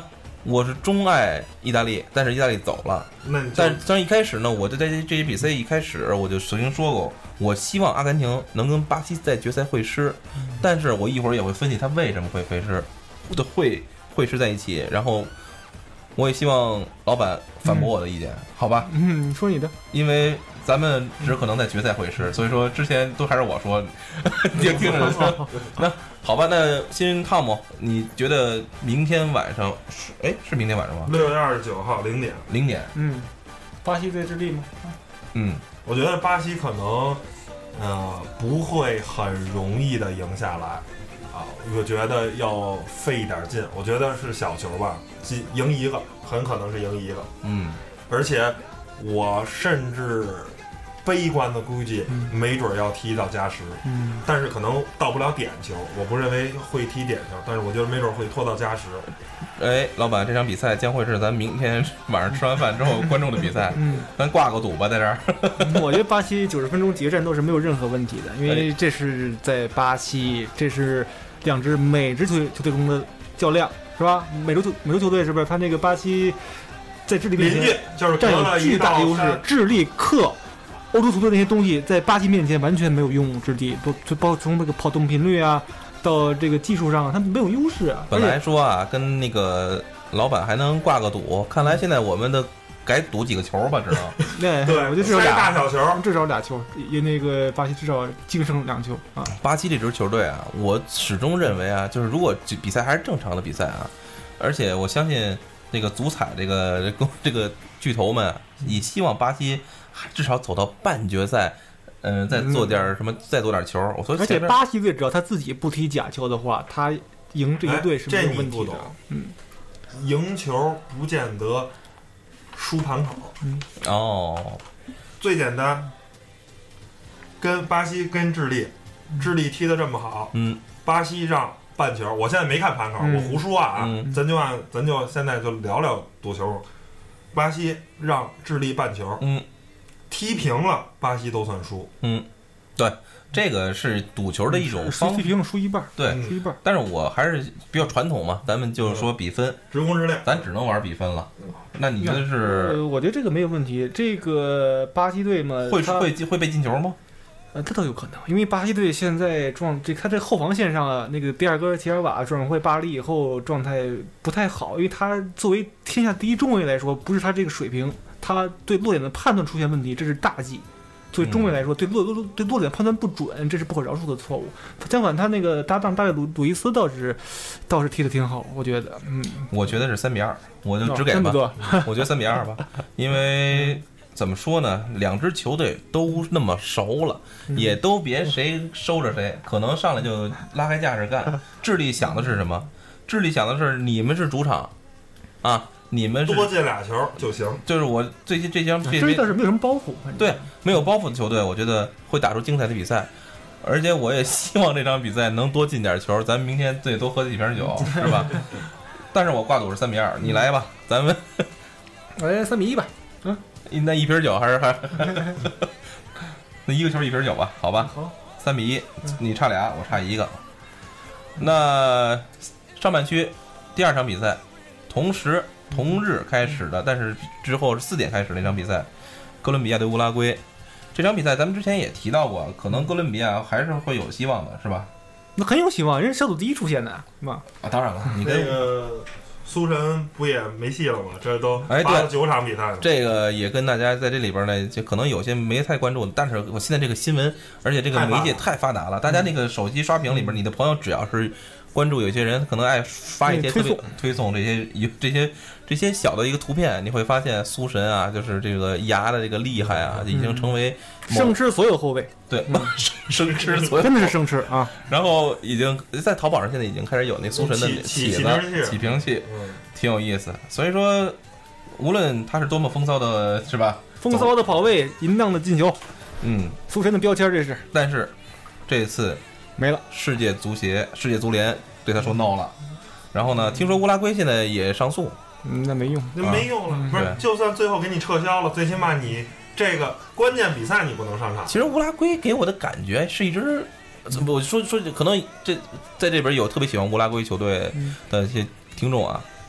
我是钟爱意大利，但是意大利走了。 那你就但是一开始呢，我就在这些比赛一开始我就曾经说过，我希望阿根廷能跟巴西在决赛会师，但是我一会儿也会分析他为什么会会师，会师在一起，然后我也希望老板反驳我的意见，好吧？ 你说你的， 因为咱们只可能在决赛会师，所以说之前都还是我说，听着说。那好吧，那新汤姆，你觉得明天晚上是明天晚上吗 6月29号0点 ？0点。 巴西对智利吗？ 我觉得巴西可能不会很容易的赢下来啊，我觉得要费一点劲，我觉得是小球吧，赢一个很可能是赢一个，而且我甚至悲观的估计没准要踢到加时，但是可能到不了点球，我不认为会踢点球，但是我觉得没准会拖到加时。 哎，老板，这场比赛将会是咱明天晚上吃完饭之后观众的比赛，咱挂个赌吧，在这儿。 我觉得巴西90分钟几个战斗是没有任何问题的，因为这是在巴西，这是两支美职球队中的较量，是吧？美洲球队是不是？他那个巴西在智利面前就是占有巨大的优势，智利克欧洲球队那些东西在巴西面前完全没有用之地，就包括从这个跑动频率啊，到这个技术上，他没有优势啊。 本来说啊，跟那个老板还能挂个赌，看来现在我们的改赌几个球吧，只能。 对，我觉得至少大小球， 至少俩球，因那个巴西至少净胜2球啊。 巴西这支球队啊，我始终认为啊，就是如果比赛还是正常的比赛啊，而且我相信这个足彩这个巨头们也希望巴西至少走到半决赛，再做点什么，再做点球。我说， 而且巴西队只要他自己不踢假球的话，他赢这一队是没有问题的。 赢球不见得输盘口。最简单，跟巴西跟智利踢得这么好，巴西让半球，我现在没看盘口，我胡说啊，咱就现在就聊聊赌球，巴西让智利半球，踢平了，巴西都算输。 对，这个是赌球的一种方式。 踢平了输一半， 对， 输一半。 但是我还是比较传统嘛，咱们就是说比分， 直攻直练， 咱只能玩比分了。那你觉得是？ 我觉得这个没有问题。这个巴西队嘛， 会被进球吗？ 这都有可能，因为巴西队现在他这后防线上啊，那个第二个齐尔瓦转会巴黎以后状态不太好，因为他作为天下第一中卫来说，不是他这个水平，他对落点的判断出现问题，这是大忌。作为中卫来说，对落点判断不准，这是不可饶恕的错误。相反，他那个搭档大卫鲁伊斯倒是踢得挺好，我觉得。 我觉得是3-2，我就只给吧。我觉得3-2吧，因为怎么说呢，两支球队都那么熟了，也都别谁收着谁，可能上来就拉开架势干。智利想的是什么？智利想的是你们是主场啊。你们多进2球就行， 就是我这倒是没有什么包袱， 对，没有包袱的球队，我觉得会打出精彩的比赛，而且我也希望这场比赛能多进点球，咱们明天最多喝几瓶酒，是吧？但是我挂赌是3-2，你来吧，咱们来3-1吧， 那一瓶酒还是那一个球1瓶酒吧，好吧， 好 ，3-1，你差俩，我差一个。那上半区第2场比赛，同日开始的，但是之后是4点开始那场比赛，哥伦比亚对乌拉圭。这场比赛咱们之前也提到过，可能哥伦比亚还是会有希望的，是吧？ 那很有希望，人家小组第一出现的，是吧？ 当然了，你那个苏神不也没戏了吗？这都发了9场比赛了。 这个也跟大家在这里边呢，就可能有些没太关注，但是我现在这个新闻，而且这个媒介太发达了，大家那个手机刷屏里边，你的朋友只要是关注，有些人可能爱发一些推送这些小的一个图片，你会发现苏神啊，就是这个牙的这个厉害啊，已经成为生吃所有后卫， 对，生吃所有， 真的是生吃啊！ 然后已经在淘宝上现在已经开始有那苏神的起瓶器，挺有意思。所以说，无论他是多么风骚的，是吧？ 风骚的跑位，淫荡的进球，苏神的标签这是。 但是这次没了， 世界足联对他说 no 了。然后呢，听说乌拉圭现在也上诉。 那没用， 那没用了，不是，就算最后给你撤销了，最起码你这个关键比赛你不能上场。 其实乌拉圭给我的感觉是一支，我说可能在这边有特别喜欢乌拉圭球队的一些听众啊，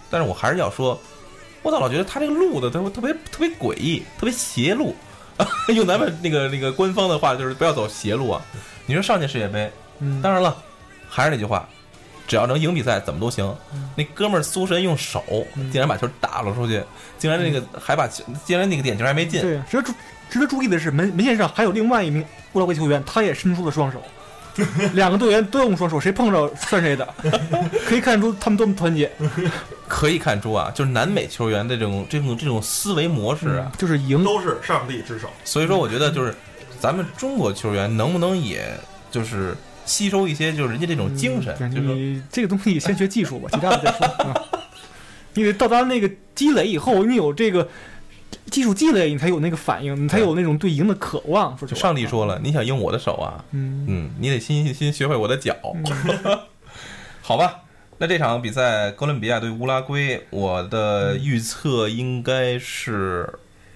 但是我还是要说，我老觉得他这个路的特别诡异，特别邪路。用咱们那个官方的话就是不要走邪路啊。你说上届世界杯，当然了，还是那句话，只要能赢比赛怎么都行。那哥们儿苏神用手竟然把球打了出去，竟然那个竟然那个点球还没进。 对，值得注意的是门线上还有另外一名乌拉圭球员，他也伸出了双手。两个队员都用双手，谁碰着算谁的，可以看出他们多么团结。 可以看出啊，就是南美球员的这种思维模式啊， 就是赢都是上帝之手。 所以说，我觉得就是咱们中国球员能不能也就是吸收一些就是人家这种精神，就是你这个东西先学技术吧，其他的再说。因为到达那个积累以后，你有这个技术积累，你才有那个反应，你才有那种对赢的渴望。说上帝说了，你想赢我的手啊，你得先学会我的脚。好吧，那这场比赛哥伦比亚对乌拉圭，我的预测应该是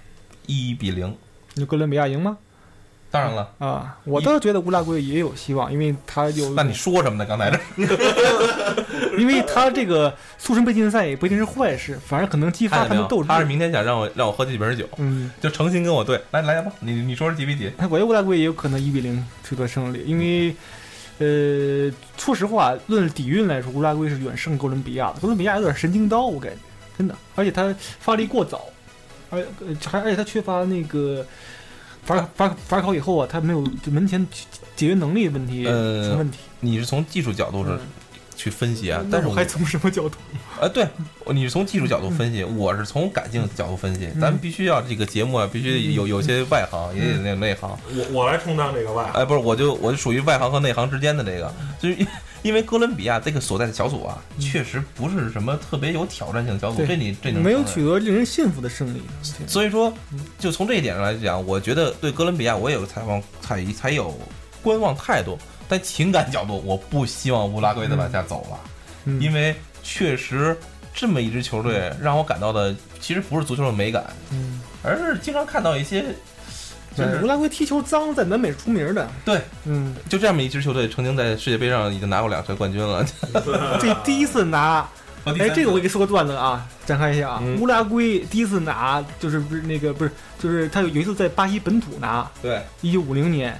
1-0。 你哥伦比亚赢吗？ 当然了啊，我倒是觉得乌拉圭也有希望，因为他有。 那你说什么呢？刚才这， 因为他这个苏神杯竞赛也不一定是坏事，反而可能激发他们斗志。 他是明天想让我喝几瓶酒，就诚心跟我对，来吧，你说是几比几？ 我觉得乌拉圭也有可能1-0取得胜利，因为说实话，论底蕴来说，乌拉圭是远胜哥伦比亚的。哥伦比亚有点神经刀，我感觉真的，而且他发力过早，而且他缺乏那个。罚考以后啊，他没有就门前解决能力的问题出问题。 你是从技术角度去分析啊，但是我还从什么角度？ 对，你是从技术角度分析，我是从感性角度分析。咱们必须要这个节目啊，必须有些外行，也得内行。 我来充当这个外行。 不是，我就属于外行和内行之间的这个，就是因为哥伦比亚这个所在的小组啊，确实不是什么特别有挑战性的小组，这能没有取得令人信服的胜利。 所以说，就从这一点上来讲，我觉得对哥伦比亚我也有才有观望态度。但情感角度，我不希望乌拉圭再往下走了，因为确实这么一支球队让我感到的其实不是足球的美感，而是经常看到一些。 乌拉圭踢球脏，在南美出名的。 对，就这么一支球队，曾经在世界杯上已经拿过2次冠军了。 这第一次拿，这个我给你说个段子啊，展开一下啊。乌拉圭第一次拿，就是他有一次在巴西本土拿， 对 ，1950年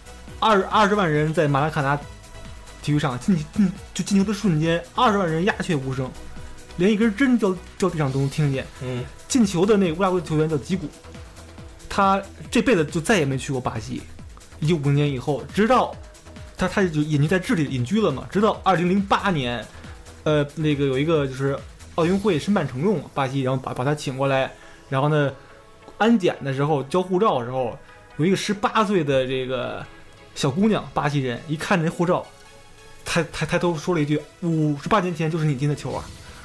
，20万人在马拉卡纳体育场进球的瞬间，20万人鸦雀无声，连一根针掉地上都能听见。进球的那个乌拉圭球员叫吉古。他这辈子就再也没去过巴西，1950年以后，直到他就隐居在智利隐居了嘛，直到2008年，那个有一个就是奥运会申办承用巴西，然后把他请过来，然后呢，安检的时候交护照的时候，有一个18岁的这个小姑娘，巴西人，一看那护照，他都说了一句：“58年前就是你进的球啊！”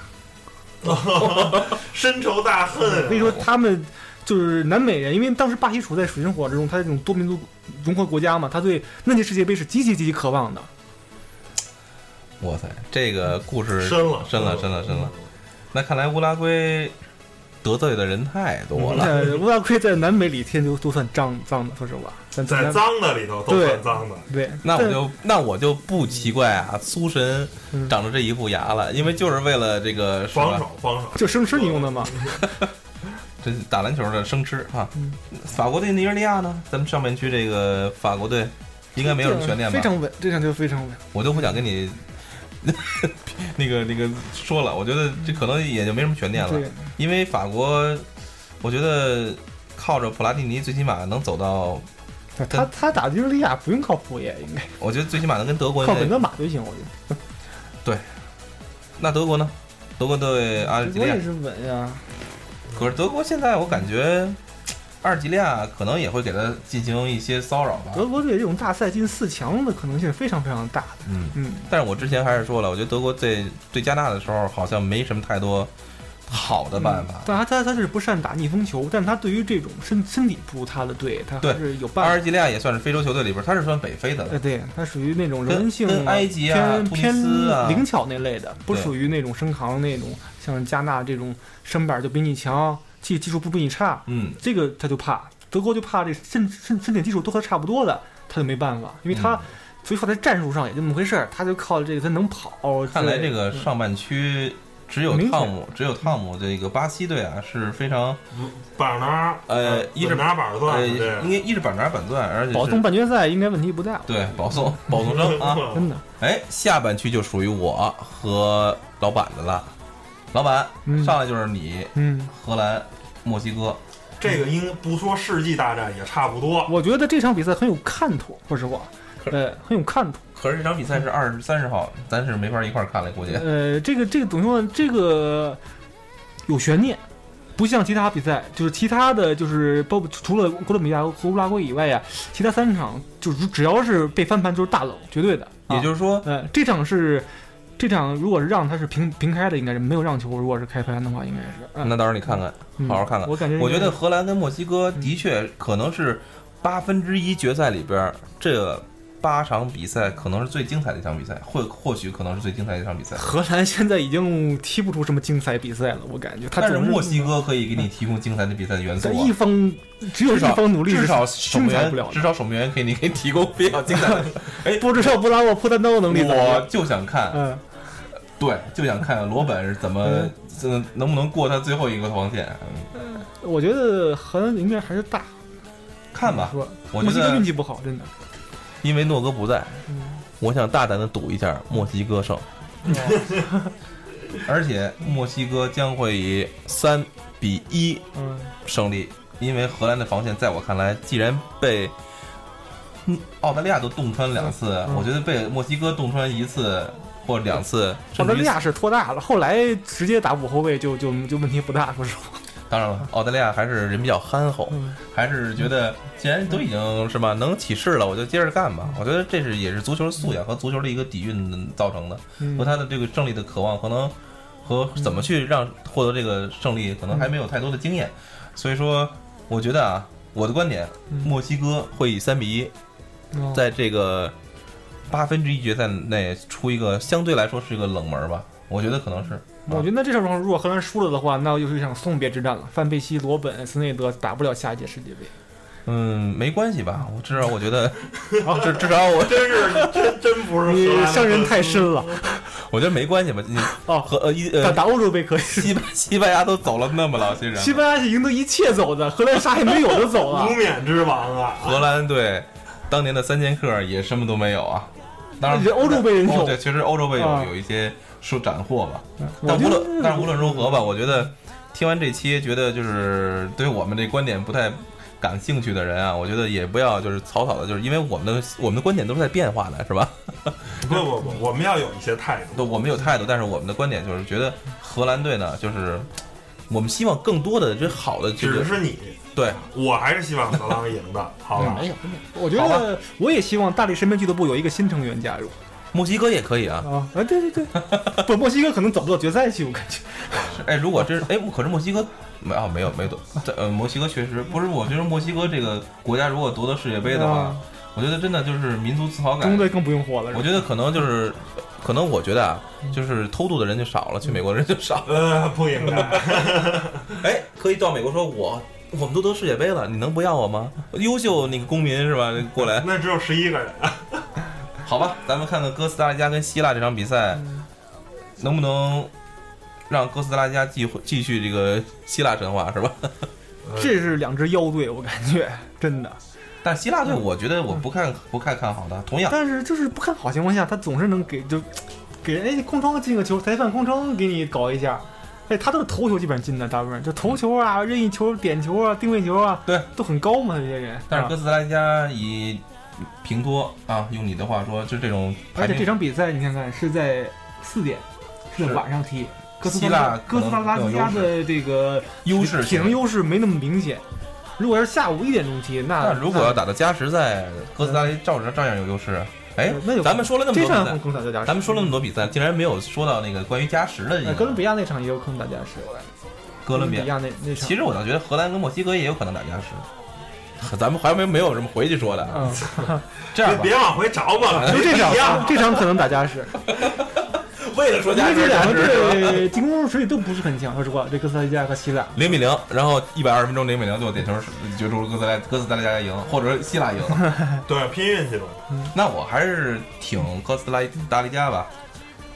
深仇大恨。 所以说他们。就是南美人，因为当时巴西处在水深火热中，他这种多民族融合国家嘛，他对那届世界杯是极其渴望的。 哇塞，这个故事深了。 那看来乌拉圭得罪的人太多了。 乌拉圭在南美里天都算脏的，说实话， 在脏的里头都算脏的。 对， 那我就不奇怪啊，苏神长着这一副牙了，因为就是为了这个防守， 就生吃你用的嘛。 这打篮球的生吃哈。法国对尼日利亚呢？咱们上半区这个法国队应该没有什么悬念吧？ 非常稳，这场就非常稳。 我都不想跟你那个说了，我觉得这可能也就没什么悬念了，因为法国，我觉得靠着普拉蒂尼最起码能走到。 他打尼日利亚不用靠普耶，应该。 我觉得最起码能跟德国靠本泽马就行，我觉得。 对，那德国呢？德国对阿尔及利亚也是稳呀。 可是德国现在我感觉，阿尔及利亚可能也会给他进行一些骚扰吧。 德国队这种大赛进4强的可能性是非常非常大的。 但是我之前还是说了，我觉得德国对加纳的时候好像没什么太多好的办法。 但他是不善打逆风球，但他对于这种身体不如他的队，他还是有办法。 阿尔及利亚也算是非洲球队里边，他是算北非的了。 对，他属于那种人性跟埃及啊、突尼斯啊灵巧那类的，不属于那种升扛那种，像加纳这种身板就比你强，技术不比你差。这个他就怕。德国就怕这身体技术都和差不多的，他就没办法，因为他。所以说在战术上也就那么回事儿，他就靠这个他能跑。 看来这个上半区只有明显汤姆这个巴西队啊是非常板拿一是拿板钻， 应该一是板拿板钻，而且保送半决赛应该问题不大。 对保送生啊， 真的。 哎，下半区就属于我和老板的了。老板，上来就是你，荷兰、墨西哥。 这个应不说世纪大战也差不多。 我觉得这场比赛很有看头，说实话，很有看头。 可是这场比赛是20、30号，咱是没法一块看了，估计。 这个怎么说呢？这个有悬念，不像其他比赛，就是其他的就是除了哥伦比亚和乌拉圭以外呀，其他3场就是只要是被翻盘就是大冷，绝对的。 也就是说， 这场如果是让他是平开的，应该是没有让球。如果是开盘的话，应该是。 那到时候你看看，好好看看。我觉得荷兰跟墨西哥的确可能是1/8决赛里边这8场比赛可能是最精彩的一场比赛，或许可能是最精彩的一场比赛。 荷兰现在已经踢不出什么精彩比赛了，我感觉。 但是墨西哥可以给你提供精彩的比赛的元素啊。 一方只有一方努力， 至少守门员可以你给提供比较精彩的。哎， 不知道布拉沃破单刀能力， 我就想看。对，就想看罗本是怎么能不能过他最后一个防线。 我觉得荷兰应该还是大， 看吧。我觉得墨西哥运气不好，真的。 因为诺格不在，我想大胆的赌一下墨西哥胜，而且墨西哥将会以3-1胜利。因为荷兰的防线在我看来，既然被澳大利亚都洞穿2次，我觉得被墨西哥洞穿1次。或2次， 澳大利亚是拖大了，后来直接打5后卫就问题不大，说实话。 当然了，澳大利亚还是人比较憨厚，还是觉得既然都已经是吧能起势了，我就接着干吧。我觉得这也是足球素养和足球的一个底蕴造成的，和他的这个胜利的渴望，可能和怎么去获得这个胜利，可能还没有太多的经验。所以说，我觉得啊，我的观点，墨西哥会以3-1，在这个1/8决赛内出一个相对来说是一个冷门吧，我觉得可能是。 我觉得这场如果荷兰输了的话，那又是一场送别之战了。范佩西、罗本、斯内德打不了下一届世界杯。 没关系吧？至少我觉得，至少我真不是你伤人太深了。 我觉得没关系吧？ 打欧洲杯可以。 西班牙都走了那么老些人， 西班牙是赢得一切走的，荷兰啥也没有就走了。 无冕之王啊！ 荷兰队当年的3剑客也什么都没有啊。当然， 欧洲杯人手对，确实欧洲杯有一些斩获吧。但是无论如何吧，我觉得听完这期，觉得就是对于我们这观点不太感兴趣的人啊，我觉得也不要就是草草的，就是因为我们的观点都是在变化的，是吧？ 不，我们要有一些态度。 我们有态度，但是我们的观点就是觉得荷兰队呢，就是我们希望更多的这好的， 只是你。 对， 我还是希望德郎赢的，好吧？ 没有，我觉得我也希望大力神杯俱乐部有一个新成员加入， 墨西哥也可以啊。 对，不，墨西哥可能走不到决赛去，我感觉。 哎，如果真是可是墨西哥没夺，墨西哥确实不是，我觉得墨西哥这个国家如果夺得世界杯的话，我觉得真的就是民族自豪感。 中队更不用说了。 我觉得可能我觉得啊，就是偷渡的人就少了，去美国人就少了。 不应该。 哎，可以到美国说我们都得世界杯了，你能不要我吗？优秀那个公民是吧？过来， 那只有11个人。 好吧，咱们看看哥斯达黎加跟希腊这场比赛，能不能让哥斯达黎加继续这个希腊神话是吧？ 这是2支妖队，我感觉真的。 但希腊队，我觉得我不太看好的。同样， 但是就是不看好情况下，他总是能给人空窗进个球，裁判空窗给你搞一下。他都是头球基本上进的，大部分就头球啊、任意球、点球啊、定位球啊， 对， 都很高嘛，这些人。 但是哥斯达黎加以平拖啊，用你的话说，就这种。 而且这场比赛你看看是在4点，是在晚上踢。哥斯达黎加的这个优势， 体能优势没那么明显。如果要是下午1点钟踢，那如果要打到加时赛，哥斯达黎加照样有优势。哎，咱们说了那么多比赛，咱们说了那么多比赛，竟然没有说到那个关于加时的。 哥伦比亚那场也有可能打加时，我感觉。 哥伦比亚那场， 其实我倒觉得荷兰跟墨西哥也有可能打加时。咱们还没有什么回去说的。这样吧， 别往回找吧， 就这场可能打加时。 为了说加时， 这2个队进攻实力都不是很强，说实话，这哥斯达黎加和希腊 0-0，然后120分钟0-0就点球决出哥斯达黎加赢，或者希腊赢。 对，拼运气吧。 那我还是挺哥斯达黎加吧。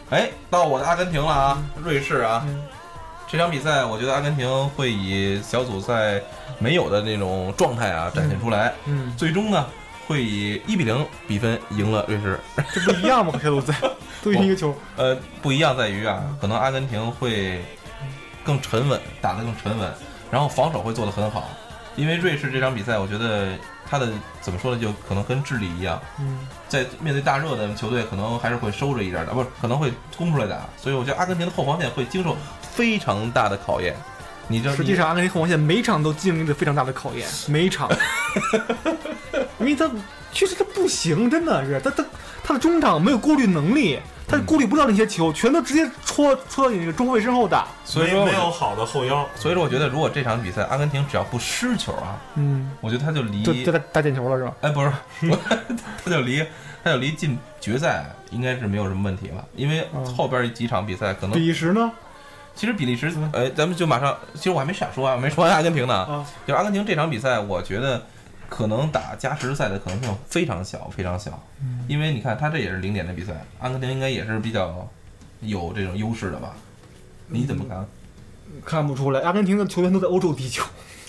哎，到我的阿根廷了啊，瑞士啊。 嗯这场比赛，我觉得阿根廷会以小组赛没有的那种状态啊展现出来，最终呢会以1-0比分赢了瑞士。 这不一样吗？和小组赛都赢一个球。 不一样在于啊，可能阿根廷会更沉稳，打得更沉稳，然后防守会做得很好。因为瑞士这场比赛，我觉得他的怎么说呢，就可能跟智利一样，在面对大热的球队，可能还是会收着一点的，不是可能会攻出来打。所以我觉得阿根廷的后防线会经受非常大的考验。你知道， 实际上阿根廷后防线每场都经历着非常大的考验，每一场，因为他确实他不行，真的是他的中场没有过滤能力。他过滤不了那些球，全都直接戳到你那个中后卫身后打， 所以没有好的后腰。 所以说，我觉得如果这场比赛阿根廷只要不失球啊，我觉得他就离就打点球了是吧？ 哎，不是，他就离进决赛应该是没有什么问题了，因为后边几场比赛可能比利时呢？ 其实比利时，咱们就马上，其实我还没傻说啊，没说完阿根廷呢，就是阿根廷这场比赛，我觉得可能打加时赛的可能性非常小，非常小。因为你看，他这也是0点的比赛，阿根廷应该也是比较有这种优势的吧？你怎么看？ 看不出来，阿根廷的球员都在欧洲踢球。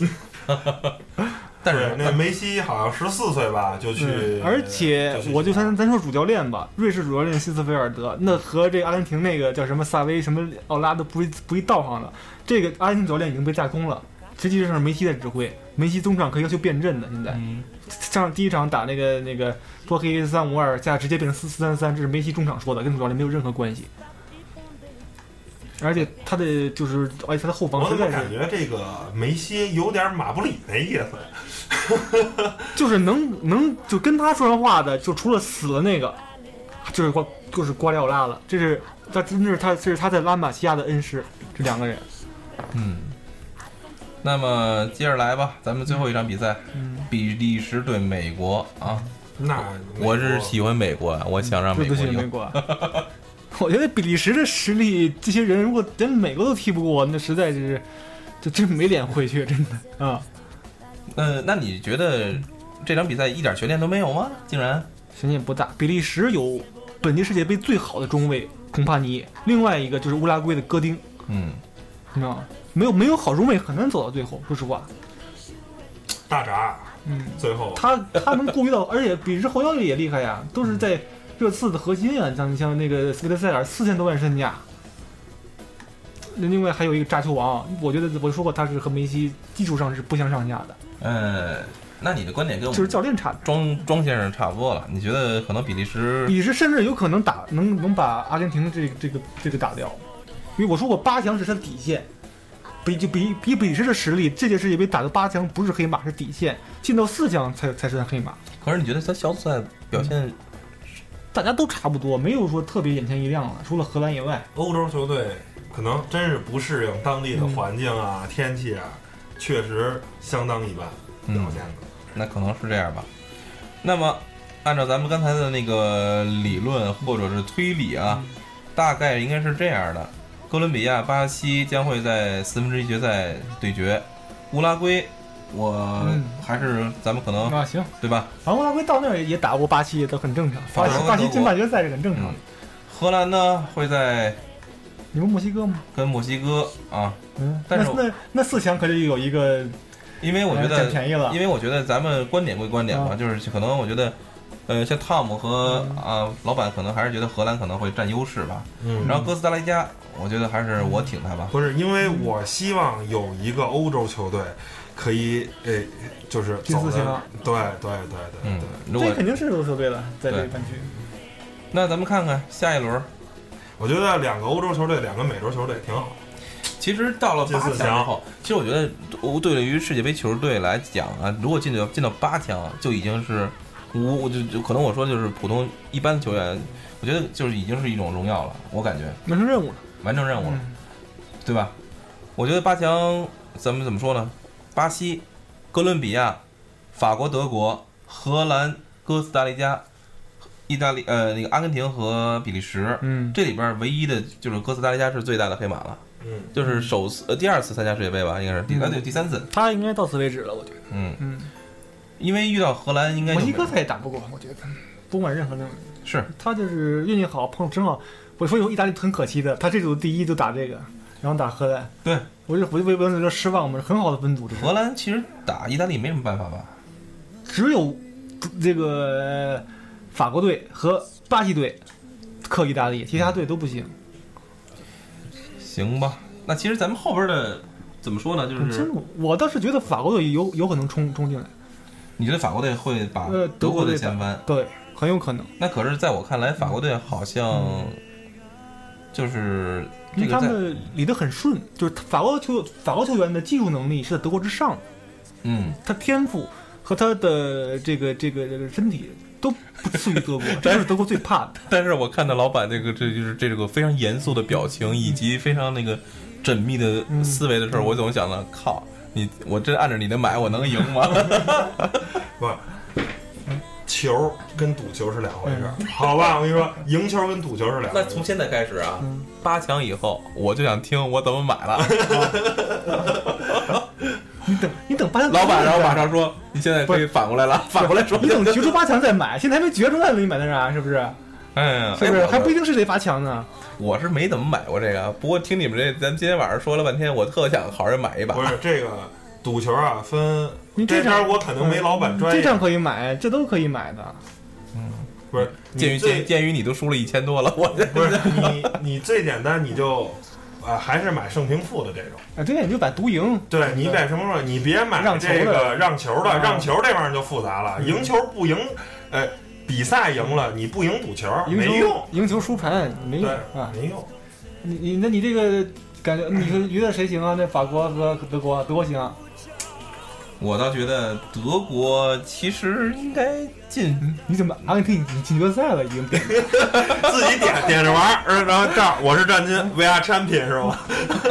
但是那梅西好像14岁吧就去， 而且我就咱说主教练吧，瑞士主教练希斯菲尔德，那和这阿根廷那个叫什么萨维什么奥拉都不一道上的。这个阿根廷主教练已经被架空了，实际上是梅西在指挥。梅西中场可以要求变阵的，现在上第一场打那个多黑352，现在直接变成4-3-3，这是梅西中场说的，跟主教练没有任何关系。而且他的后防我实在是感觉这个梅西有点马布里那意思， 就是能就跟他说上话的，就除了死了那个，就是瓜迪奥拉了。这是他在拉玛西亚的恩师，这两个人。 那么接着来吧，咱们最后一场比赛，比利时对美国啊。 那我是喜欢美国啊，我想让美国赢。 我觉得比利时的实力，这些人如果连美国都踢不过，那实在是就真没脸回去，真的啊。 那你觉得这场比赛一点悬念都没有吗？竟然悬念不大。比利时有本届世界杯最好的中卫孔帕尼，另外一个就是乌拉圭的戈丁。你知道吗？没有好中卫很难走到最后，说实话。 大闸，最后他能顾虑到，而且比利时后腰也厉害呀，都是在热刺的核心啊，像那个斯维德塞尔4000多万身价。另外还有一个炸球王，我觉得我说过他是和梅西技术上是不相上下的。 那你的观点跟我就是教练差的， 庄先生差不多了。你觉得可能比利时甚至有可能能把阿根廷这个打掉，因为我说过8强是他的底线。比利时的实力，这届世界杯打到8强不是黑马，是底线，进到4强才是黑马。 可是你觉得他小组赛表现， 大家都差不多，没有说特别眼前一亮了，除了荷兰以外。 欧洲球队可能真是不适应当地的环境啊、天气啊，确实相当一般表现的。 那可能是这样吧。那么按照咱们刚才的那个理论或者是推理啊，大概应该是这样的。哥伦比亚、巴西将会在1/4决赛对决，乌拉圭，我还是咱们可能行， 对吧？ 反正乌拉圭到那儿也打过巴西，都很正常。巴西进半决赛是很正常的。 荷兰呢会在你们墨西哥吗？ 跟墨西哥啊，但是那4强可是有一个， 因为我觉得占便宜了， 因为我觉得咱们观点归观点吧，就是可能我觉得。像汤姆和老板可能还是觉得荷兰可能会占优势吧。然后哥斯达黎加，我觉得还是我挺他吧。 不是，因为我希望有一个欧洲球队可以就是进4强。 对。 这肯定是欧洲球队了，在这个半区。 那咱们看看下一轮。 我觉得2个欧洲球队，2个美洲球队挺好。 其实到了8强之后，其实我觉得对于世界杯球队来讲啊，如果进到8强，就已经是。我就可能我说就是普通一般的球员，我觉得就是已经是一种荣耀了，我感觉完成任务了， 对吧？我觉得8强咱们怎么说呢？巴西、哥伦比亚、法国、德国、荷兰、哥斯达黎加、意大利那个阿根廷和比利时，这里边唯一的就是哥斯达黎加是最大的黑马了，就是第2次参加世界杯吧，应该是第3次， 他应该到此为止了，我觉得， 因为遇到荷兰应该墨西哥他也打不过，我觉得不管任何人， 是他就是运气好，正好我说以后意大利很可惜的，他这组第一就打这个，然后打荷兰。 对， 我就为了说失望，我们很好的分组。 荷兰其实打意大利没什么办法吧？ 只有这个法国队和巴西队克意大利，其他队都不行。 行吧，那其实咱们后边的怎么说呢？就是我倒是觉得法国队有可能冲进来。 你觉得法国队会把德国队掀翻？ 对，很有可能。 那可是在我看来，法国队好像就是这个他们理得很顺，就是法国球员的技术能力是在德国之上的。他天赋和他的这个身体都不次于德国，这就是德国最怕的。 但是我看到老板这就是这个非常严肃的表情，以及非常那个缜密的思维的时候，我总想呢，靠我真按照你的买，我能赢吗？ 不，球跟赌球是两回事，好吧？我跟你说，赢球跟赌球是两回事。 那从现在开始啊，8强以后，我就想听我怎么买了。 你等8强， 老板，然后马上说，你现在可以反过来了，反过来说， 你等决出8强再买，现在还没决出来，你买那啥是不是？ 哎呀， 是不是？还不一定是谁8强呢。 我是没怎么买过这个，不过听你们咱今天晚上说了半天，我特想好人买一把。 不是这个赌球啊，分你这边我可能没老板专业， 这场可以买，这都可以买的。 不是鉴于你都输了1000多了，我不是你最简单你就还是买胜平负的这种对，你就买独赢。 对，你买什么说你别买这个让球的，让球这玩意儿就复杂了，赢球不赢，比赛赢了你不赢赌球没用， 赢球输盘没用啊， 没用。 你这个感觉，你觉得谁行啊？那法国和德国行啊？ 我倒觉得德国其实应该进。 你怎么阿根廷你进决赛了已经？ 自己点着玩，然后这儿我是战军 ，VR champion 是吧？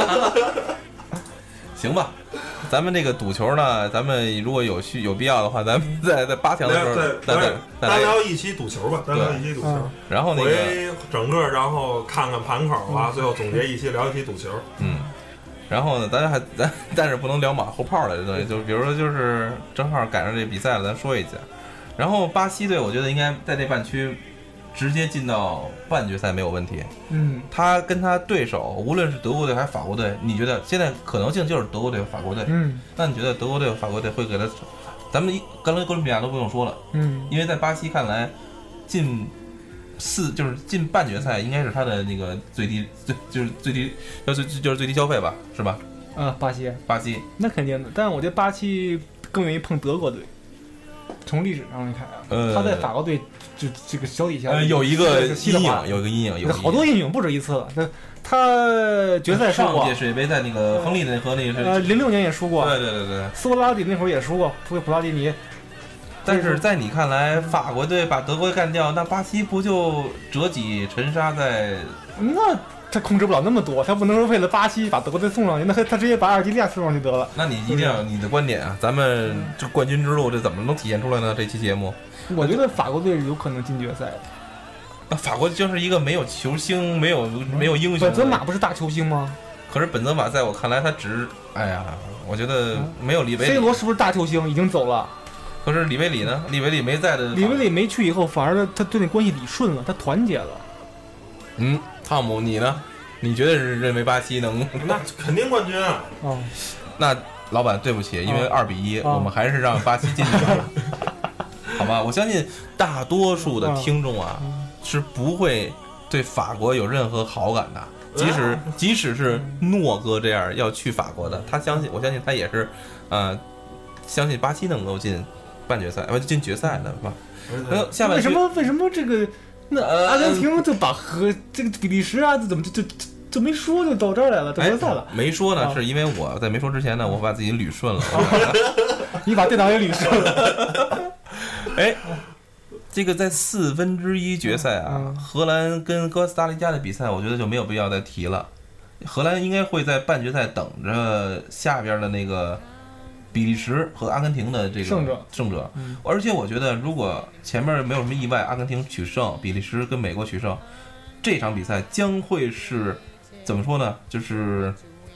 行吧，咱们这个赌球呢，咱们如果有必要的话，咱们在8强的时候， 单聊一期赌球吧，单聊一期赌球。 然后那个整个，然后看看盘口啊，最后总结一期聊一期赌球。 然后呢，但是不能聊马后炮的东西，就比如说就是正好赶上这比赛了，咱说一下。然后巴西队，我觉得应该在这半区直接进到半决赛没有问题。他跟他对手，无论是德国队还是法国队，你觉得现在可能性就是德国队和法国队？那你觉得德国队和法国队会给他？咱们刚才哥伦比亚都不用说了，因为在巴西看来，就是进半决赛应该是他的那个最低消费吧，是吧？ 巴西那肯定的，但是我觉得巴西更愿意碰德国队。从历史上来看他在法国队就这个小底下有一个阴影，有好多阴影，不止一次了。他决赛输过， 上届世界杯在那个亨利的和那个 06年也输过， 对， 斯波拉蒂那会儿也输过，普拉蒂尼。 但是在你看来，法国队把德国干掉，那巴西不就折戟沉沙在？ 那他控制不了那么多，他不能说为了巴西把德国队送上去，那他直接把阿尔及利亚送上去得了。 那你一定要你的观点啊，咱们这冠军之路这怎么能体现出来呢？这期节目， 我觉得法国队有可能进决赛。 那法国就是一个没有球星、没有英雄。 本泽马不是大球星吗？ 可是本泽马在我看来，他我觉得没有里维里。 C 罗是不是大球星？已经走了。 可是里维里呢？里维里没在的。 里维里没去以后，反而他对那关系理顺了，他团结了。 汤姆，你呢？你觉得是认为巴西能？ 那肯定冠军啊！ 那老板对不起，因为2比1，我们还是让巴西进去了，好吧？我相信大多数的听众是不会对法国有任何好感的，即使是诺哥这样要去法国的，我相信他也是，相信巴西能够进半决赛，进决赛的是吧？下半区为什么这个那阿根廷就把和这个比利时怎么就没说就到这儿来了，到决赛了？ 没说呢，是因为我在没说之前呢，我把自己捋顺了。 你把电脑也捋顺了。 这个在1/4决赛荷兰跟哥斯达黎加的比赛，我觉得就没有必要再提了。荷兰应该会在半决赛等着下边的那个比利时和阿根廷的这个胜者。而且我觉得，如果前面没有什么意外，阿根廷取胜，比利时跟美国取胜，这场比赛将会是怎么说呢？就是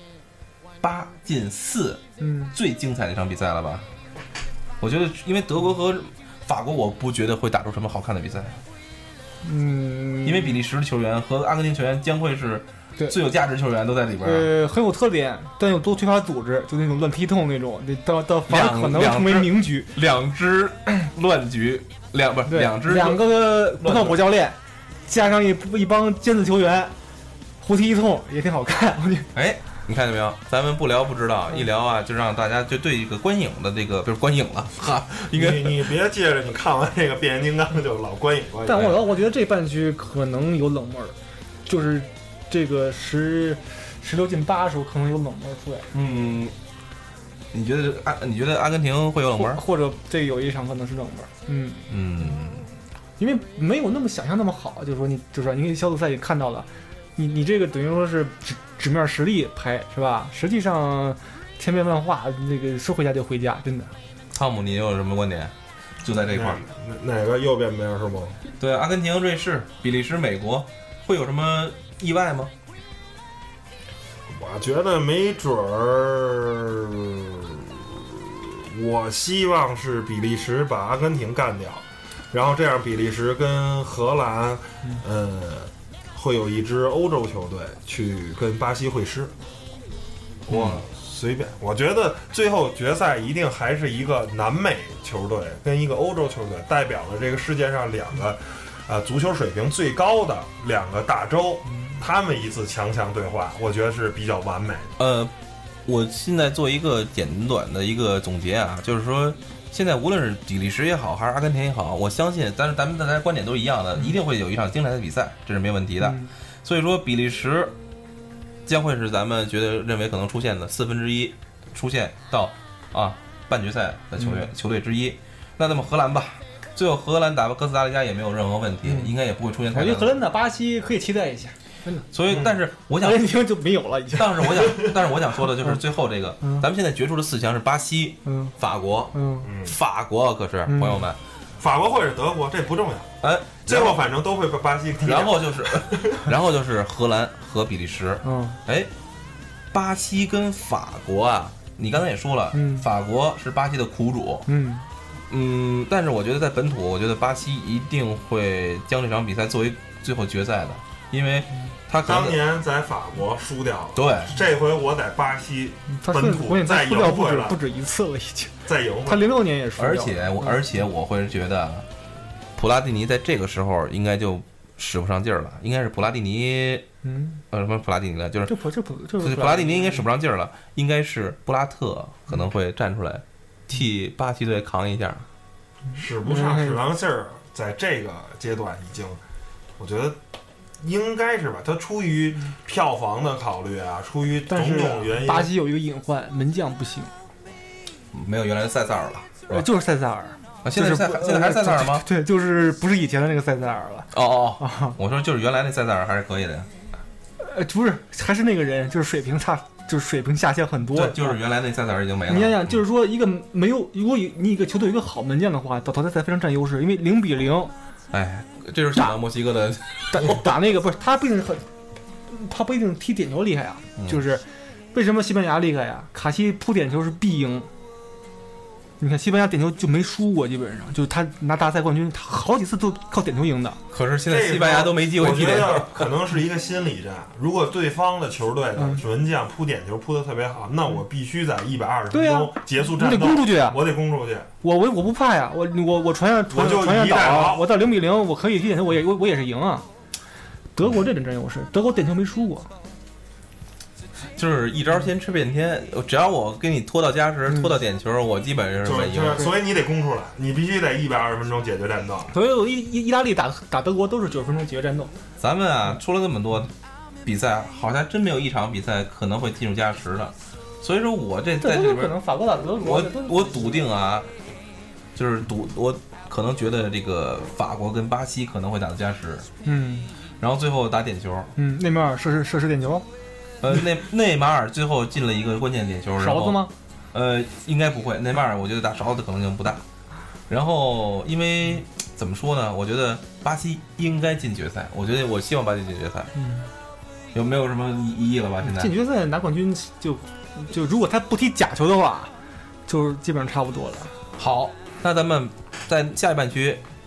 8进4，最精彩的一场比赛了吧？我觉得，因为德国和法国，我不觉得会打出什么好看的比赛。 因为比利时的球员和阿根廷球员将会是对最有价值球员都在里边儿。 很有特点，但又都缺乏组织，就那种乱踢痛那种，到反而可能成为名局。 两支乱局，两个不靠谱教练，加上一帮尖子球员，胡踢一通也挺好看。我觉得， 哎，你看见没有？咱们不聊不知道，一聊啊，就让大家就对这个观影的这个不是观影了哈，应该你别接着你看完这个变形金刚就老观影。 但我觉得这半区可能有冷门，就是这个16进8的时候可能有冷门出来。 你觉得阿根廷会有冷门， 或者这有一场可能是冷门？因为没有那么想象那么好，就是说你小组赛也看到了，你这个等于说是纸面实力拍是吧？实际上千变万化，那个说回家就回家，真的。 汤姆，你有什么观点？就在这块儿， 哪个右边边是吗？ 对，阿根廷、瑞士、比利时、美国，会有什么意外吗？ 我觉得没准儿，我希望是比利时把阿根廷干掉，然后这样比利时跟荷兰，会有一支欧洲球队去跟巴西会师。我随便，我觉得最后决赛一定还是一个南美球队跟一个欧洲球队，代表了这个世界上两个，足球水平最高的两个大洲。他们一次强强对话，我觉得是比较完美。 我现在做一个简短的一个总结啊，就是说，现在无论是比利时也好，还是阿根廷也好，我相信，但是咱们大家观点都是一样的，一定会有一场精彩的比赛，这是没问题的。所以说，比利时将会是咱们认为可能出现的1/4出现到半决赛的球队之一。那么荷兰吧。最后荷兰打哥斯达黎加也没有任何问题，应该也不会出现太大。 我觉得荷兰打巴西可以期待一下。真的， 所以，但是我想， 阿根廷就没有了，已经。 但是我想说的就是最后这个，咱们现在决出的4强是巴西、法国，法国可是朋友们， 法国或者德国这不重要，最后反正都会被巴西踢。 然后就是荷兰和比利时，巴西跟法国啊，你刚才也说了，法国是巴西的苦主，但是我觉得在本土，我觉得巴西一定会将这场比赛作为最后决赛的。因为他当年在法国输掉了， 对， 这回我在巴西本土再赢回来， 不止一次了，已经再赢回来。 他06年也输掉了，而且我会觉得普拉蒂尼在这个时候应该就使不上劲儿了，应该是普拉蒂尼，什么普拉蒂尼了，就是普拉蒂尼应该使不上劲儿了，应该是布拉特可能会站出来替巴西队扛一下， 使不上劲儿，在这个阶段已经，我觉得。应该是吧，他出于票房的考虑啊，出于种种原因。 巴西有一个隐患，门将不行， 没有原来的塞萨尔了， 就是塞萨尔。 现在还是塞萨尔吗？ 对，就是不是以前的那个塞萨尔了。 我说就是原来那塞萨尔还是可以的呀。 不是，还是那个人，就是水平下降很多。 对，就是原来那塞萨尔已经没了。 你想想，就是说一个没有，如果你一个球队有一个好门将的话，到淘汰赛非常占优势，因为0-0。 哎，这是打墨西哥的打那个不是他不一定踢点球厉害啊，就是为什么西班牙厉害呀？卡西扑点球是必赢。你看西班牙点球就没输过，基本上就是他拿大赛冠军，他好几次都靠点球赢的。 可是现在西班牙都没机会踢点球， 可能是一个心理战。如果对方的球队的门将扑点球扑得特别好，那我必须在120分钟结束战斗， 你得攻出去啊！ 我得攻出去。 我不怕呀，我传下倒，我到0-0，我可以踢点球，我也是赢啊。德国这种占优势，德国点球没输过。 就是一招先吃遍天，只要我给你拖到加时，拖到点球，我基本上是稳赢。 所以你得攻出来，你必须在120分钟解决战斗。 所以意大利打德国都是90分钟解决战斗。 咱们啊，出了那么多比赛，好像真没有一场比赛可能会进入加时的。所以说我在这里边， 可能法国打德国， 我笃定啊，就是我可能觉得这个法国跟巴西可能会打到加时，然后最后打点球， 内马尔射失点球。 内马尔最后进了一个关键点球， 勺子吗？ 应该不会。内马尔我觉得打勺子可能性不大。然后因为怎么说呢？我觉得巴西应该进决赛。我希望巴西进决赛。有没有什么异议了吧？现在进决赛拿冠军就如果他不踢假球的话，就基本上差不多了。 好，那咱们在下一半区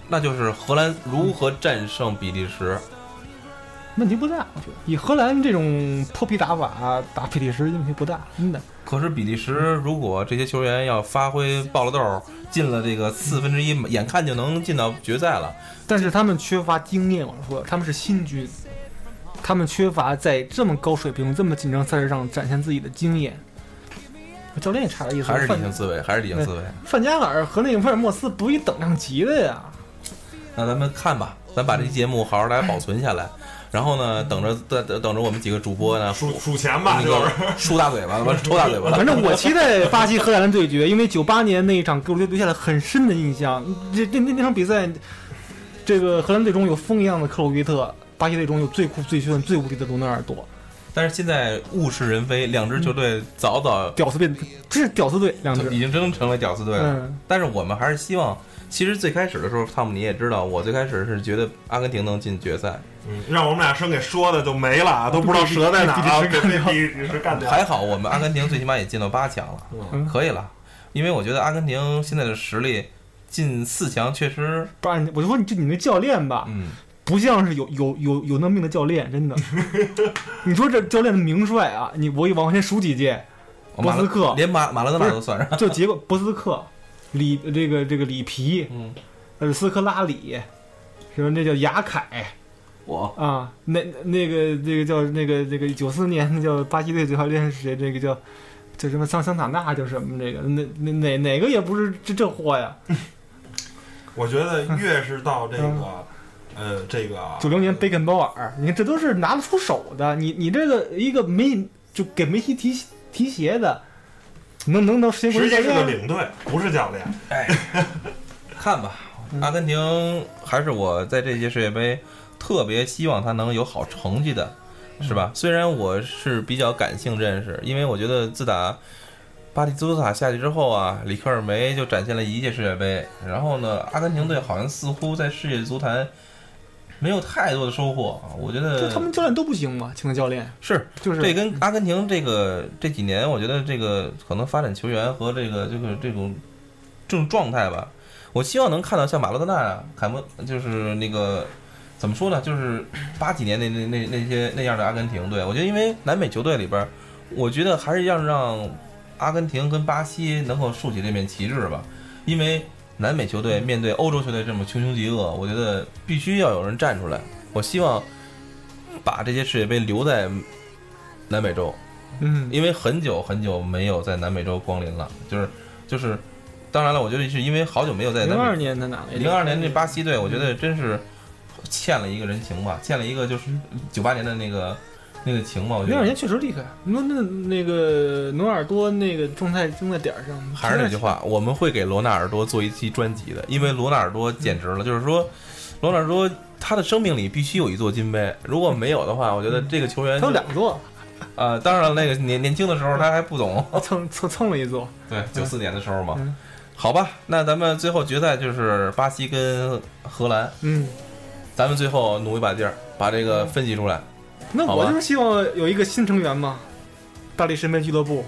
那就是荷兰如何战胜比利时。 问题不大，我觉得以荷兰这种破皮打法打比利时问题不大，真的。 可是比利时如果这些球员要发挥爆了豆，进了这个1/4，眼看就能进到决赛了， 但是他们缺乏经验，我说他们是新军，他们缺乏在这么高水平、这么紧张赛事上展现自己的经验。教练也差点意思， 还是理性思维，还是理性思维。 范加尔和那个福尔莫斯不一等量级的呀。 那咱们看吧，咱把这期节目好好来保存下来。然后呢，等着我们几个主播呢数钱吧， 那个竖大嘴巴，抽大嘴巴。 反正我期待巴西荷兰的对决，因为98年那一场给我留下了很深的印象。那场比赛，这个荷兰队中有风一样的克鲁伊特，巴西队中有最酷、最炫、最无敌的罗纳尔多。 但是现在物是人非，两支球队早屌丝队，这是屌丝队，两支已经真成为屌丝队了。但是我们还是希望，其实最开始的时候，汤姆你也知道，我最开始是觉得阿根廷能进决赛。 让我们俩生给说的就没了，都不知道折在哪了，给比利时干掉。 还好我们阿根廷最起码也进到8强了，可以了。因为我觉得阿根廷现在的实力进4强确实不然，我就说你那教练吧，不像是有那命的教练，真的。你说这教练的名帅啊，我往前数几届，博斯克连马拉多纳都算上， 就结果博斯克、里皮，斯科拉里，什么那叫雅凯。 我啊，那个叫那个94年那叫巴西队最教练是谁？这个叫什么桑塔纳叫什么？这个哪个也不是这货呀。 我觉得越是到这个这个 90年贝肯鲍尔，你看这都是拿得出手的。你这个一个就给梅西提鞋的，能到世界冠军教练？ 实际是个领队，不是教练。 哎，看吧，阿根廷还是我在这届世界杯特别希望他能有好成绩的，是吧？虽然我是比较感性认识，因为我觉得自打巴蒂斯图塔下去之后啊，里克尔梅就展现了一届世界杯，然后呢，阿根廷队好像似乎在世界足坛没有太多的收获啊。我觉得就他们教练都不行嘛，请的教练是就是这跟阿根廷这几年，我觉得这个可能发展球员和这种状态吧。我希望能看到像马拉多纳啊、凯莫，就是那个。怎么说呢？就是80几年那样的阿根廷队，我觉得因为南美球队里边，我觉得还是要让阿根廷跟巴西能够竖起这面旗帜吧。因为南美球队面对欧洲球队这么穷凶极恶，我觉得必须要有人站出来。我希望把这些世界杯留在南美洲，因为很久很久没有在南美洲光临了，就是，当然了，我觉得是因为好久没有在 02年他哪来 ？02年这巴西队，我觉得真是。欠了一个人情吧，欠了一个就是98年的那个情吧。我觉得 02年确实厉害，那个罗纳尔多那个状态正在点上。 还是那句话，我们会给罗纳尔多做一期专辑的，因为罗纳尔多简直了，就是说，罗纳尔多他的生命里必须有一座金杯，如果没有的话，我觉得这个球员他有2座。 当然了，那个年轻的时候他还不懂， 蹭了一座。 对，94年的时候嘛。好吧，那咱们最后决赛就是巴西跟荷兰。咱们最后努一把劲儿，把这个分析出来。 那我就是希望有一个新成员嘛，大力神杯俱乐部。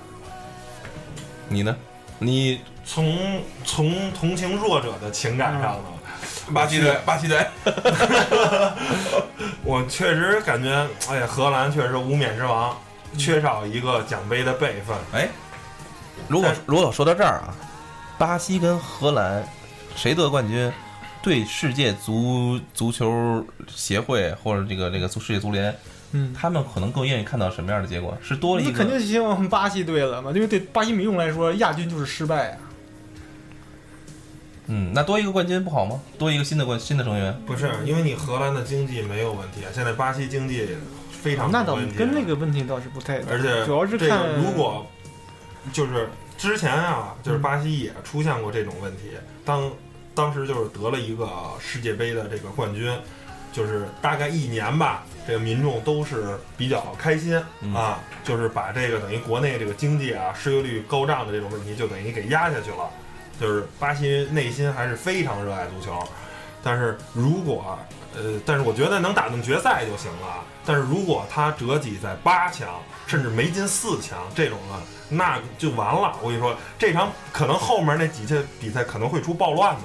你呢？你从同情弱者的情感上呢？ 巴西队。 我确实感觉，哎呀，荷兰确实无冕之王，缺少一个奖杯的辈分。 哎，如果说到这儿啊，巴西跟荷兰谁得冠军？对世界足球协会或者这个世界足联，他们可能更愿意看到什么样的结果？是多了一个， 那肯定希望巴西队了嘛，因为对巴西民众来说，亚军就是失败啊。 那多一个冠军不好吗？多一个新的成员？ 不是，因为你荷兰的经济没有问题啊，现在巴西经济非常那倒跟那个问题倒是不太， 而且主要是看如果就是之前啊，就是巴西也出现过这种问题，当时就是得了一个世界杯的这个冠军，就是大概1年吧，这个民众都是比较开心啊，就是把这个等于国内这个经济啊失业率高涨的这种问题就等于给压下去了。就是巴西内心还是非常热爱足球，但是如果但是我觉得能打进决赛就行了。但是如果他折戟在8强，甚至没进4强这种的，那就完了。我跟你说，这场可能后面那几届比赛可能会出暴乱的。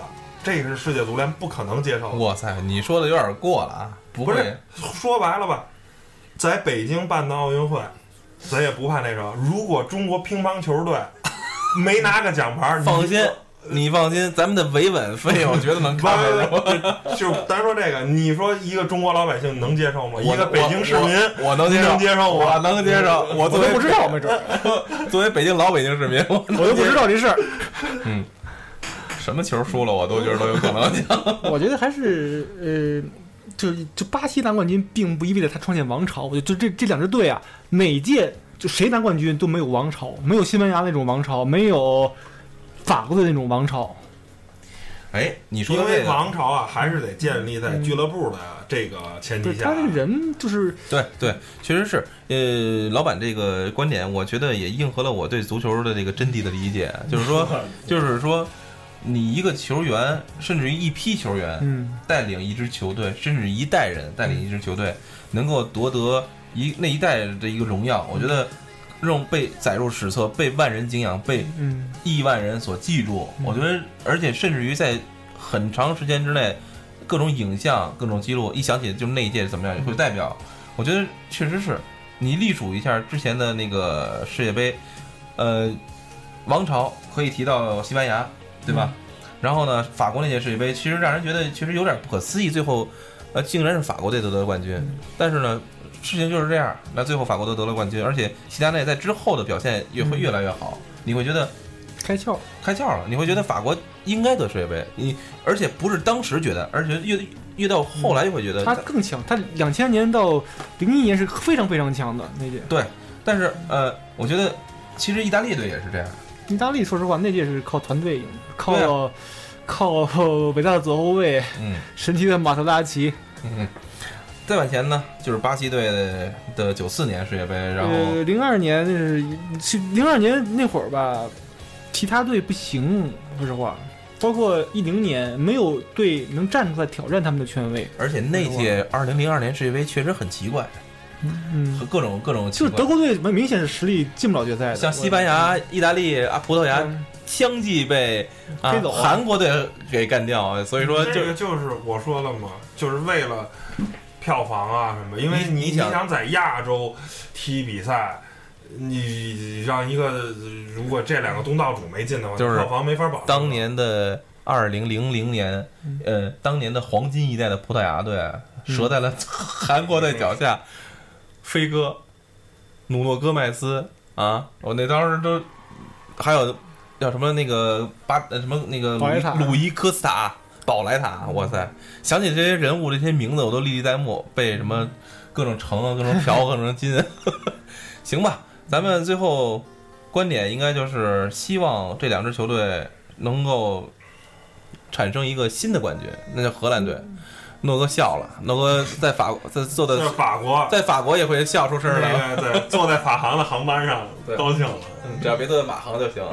这个是世界足联不可能接受的。 哇塞，你说的有点过了啊！不会不是，说白了吧，在北京办的奥运会，咱也不怕那啥。如果中国乒乓球队没拿个奖牌， 放心，你放心，咱们的维稳费用我觉得能 cover 住。 就咱说这个，你说一个中国老百姓能接受吗？一个北京市民， 我能接受， 能接受我能接受。我作为我都不知道，没准儿作为北京老北京市民，我我都不知道这事儿。 什么球输了，我都觉得都有可能。 我觉得还是就巴西拿冠军，并不意味着他创建王朝。我觉得这两支队啊，每届就谁拿冠军都没有王朝，没有西班牙那种王朝，没有法国的那种王朝。 哎，你说因为的这个王朝啊，还是得建立在俱乐部的这个前提对， 下。 他这人就是对，确实是。老板这个观点，我觉得也应和了我对足球的这个真谛的理解，就是说，你一个球员，甚至于一批球员，带领一支球队，甚至一代人带领一支球队，能够夺得那一代的一个荣耀，我觉得让被载入史册，被万人敬仰，被亿万人所记住。我觉得，而且甚至于在很长时间之内，各种影像、各种记录，一想起就是那一届怎么样，也会代表。我觉得确实是你隶属一下之前的那个世界杯，王朝可以提到西班牙，对吧？然后呢，法国那届世界杯其实让人觉得确实有点不可思议，最后竟然是法国队得冠军。但是呢，事情就是这样，那最后法国队得了冠军，而且齐达内在之后的表现也会越来越好。你会觉得开窍了，你会觉得法国应该得世界杯，而且不是当时觉得，而且越到后来就会觉得他更强。他2000年到01年是非常非常强的那届。 对，但是我觉得其实意大利队也是这样。 意大利说实话，那届是靠团队赢的，靠伟大的左后卫，神奇的马特拉齐。 再往前呢，就是巴西队的94年世界杯，然后 02年是02年那会儿吧，其他队不行，说实话，包括10年没有队能站出来挑战他们的权威。 而且那届2002年世界杯确实很奇怪，和各种奇怪。 就是德国队明显是实力进不了决赛的， 像西班牙、意大利葡萄牙相继被韩国队给干掉，所以说这个就是我说了嘛，就是为了票房啊什么，因为你想在亚洲踢比赛，你让一个如果这两个东道主没进的话， 就是票房没法保证。 当年的2000年，当年的黄金一代的葡萄牙队折在了韩国队脚下，飞哥、努诺戈麦斯啊，我那当时都还有叫什么那个什么那个鲁伊科斯塔、宝莱塔，哇塞！想起这些人物这些名字，我都历历在目，被什么各种橙、各种瓢、各种金。行吧，咱们最后观点应该就是希望这两支球队能够产生一个新的冠军，那叫荷兰队。诺哥笑了，诺哥在坐在法国也会笑出声来。 对，坐在法航的航班上高兴了， 只要别坐在马航就行。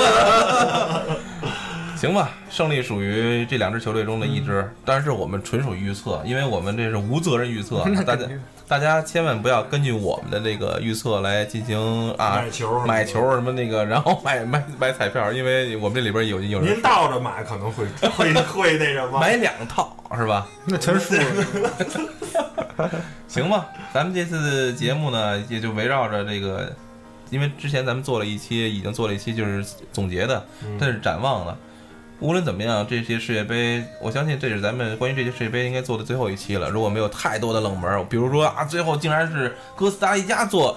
行吧，胜利属于这两支球队中的一支，但是我们纯属预测，因为我们这是无责任预测，大家千万不要根据我们的这个预测来进行买球什么那个，然后买彩票，因为我们这里边有人您倒着买可能会那什么， 买2套是吧？ 那全输了。 行吧，咱们这次节目呢也就围绕着这个，因为之前咱们已经做了一期就是总结的，但是展望了。无论怎么样，这些世界杯，我相信这是咱们关于这些世界杯应该做的最后一期了。如果没有太多的冷门，比如说最后竟然是哥斯达黎加过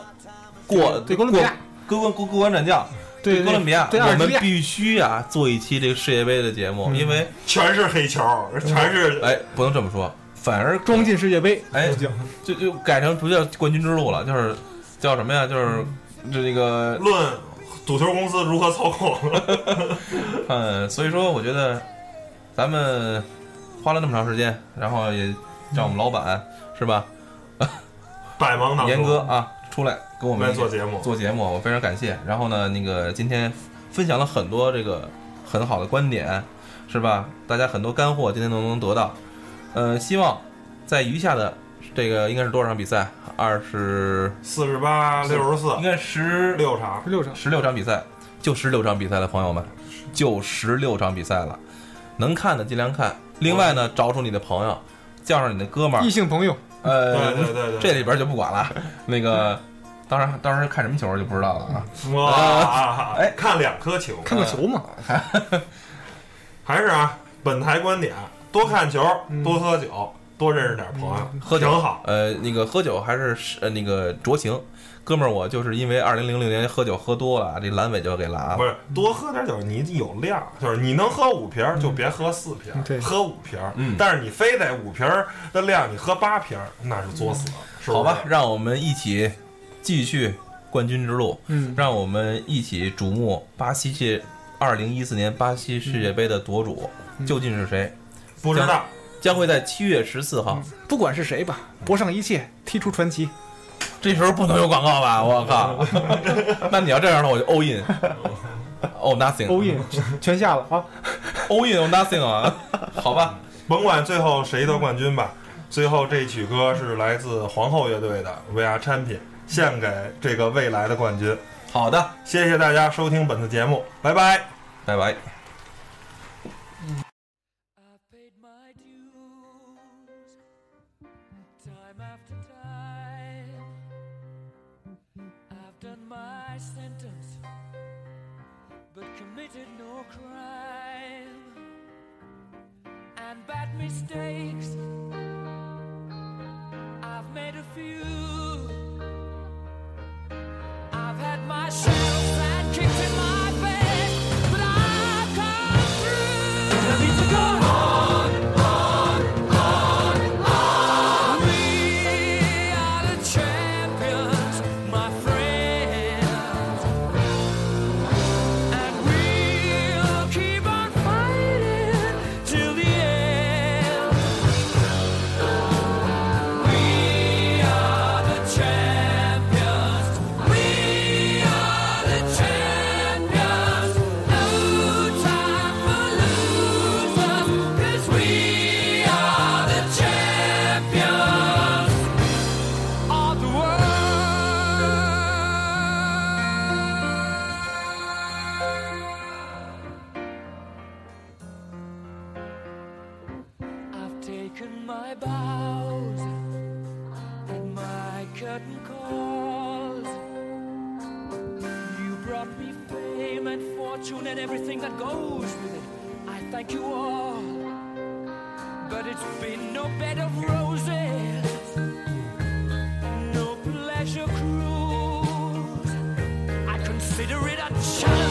关斩将，对哥伦比亚，我们必须做一期这个世界杯的节目，因为全是黑球，全是不能这么说，反而装进世界杯， 就改成不叫冠军之路了，就是叫什么呀？就是这个论足球公司如何操控。 所以说我觉得咱们花了那么长时间，然后也让我们老板是吧， 百忙当中严哥出来给我们做节目， 我非常感谢。然后呢，那个今天分享了很多这个很好的观点，是吧？大家很多干货今天都能得到。希望在余下的这个应该是多少场比赛？48、64，应该16场比赛，就16场比赛了，朋友们，就16场比赛了。 能看的尽量看。另外呢，找出你的朋友，叫上你的哥们儿， 异性朋友， 对， 这里边就不管了。那个，当时看什么球就不知道了啊。 哇， 哎看2颗球， 看个球嘛， 还是啊，本台观点，多看球，多喝酒，多认识点朋友， 喝酒挺好。 那个喝酒还是那个酌情。哥们儿，我就是因为2006年喝酒喝多了，这阑尾就给拉了。 不是多喝点酒，你有量，就是你能喝5瓶就别喝4瓶， 对喝5瓶。但是你非得5瓶的量，你喝8瓶，那是作死，是不是？ 好吧，让我们一起继续冠军之路。让我们一起瞩目2014年巴西世界杯的夺主究竟是谁？ 不知道， 将会在7月14号。 不管是谁吧，搏上一切，踢出传奇。 这时候不能有广告吧？我靠！那你要这样的话，我就 all in，oh nothing，all in 全下了啊 ，all in or nothing 啊，好吧， 甭管最后谁得冠军吧。最后这曲歌是来自皇后乐队的《We Are Champion》，献给这个未来的冠军。 好的， 谢谢大家收听本次节目，拜拜， 拜拜。 Mistakes, I've made a few. I've had my share of bad kicks in my face, but I've come through. I need to go on. We are the champions, my friends, and we'll keep on fighting till the end. We are the champions. We are the champions. No time for losers, 'cause we are the champions of the world. I've taken my bows and my curtain calls. You brought me fame and fortune and everything that goes with it. I thank you all, but it's been no bed of roses, no pleasure cruise. I consider it a challenge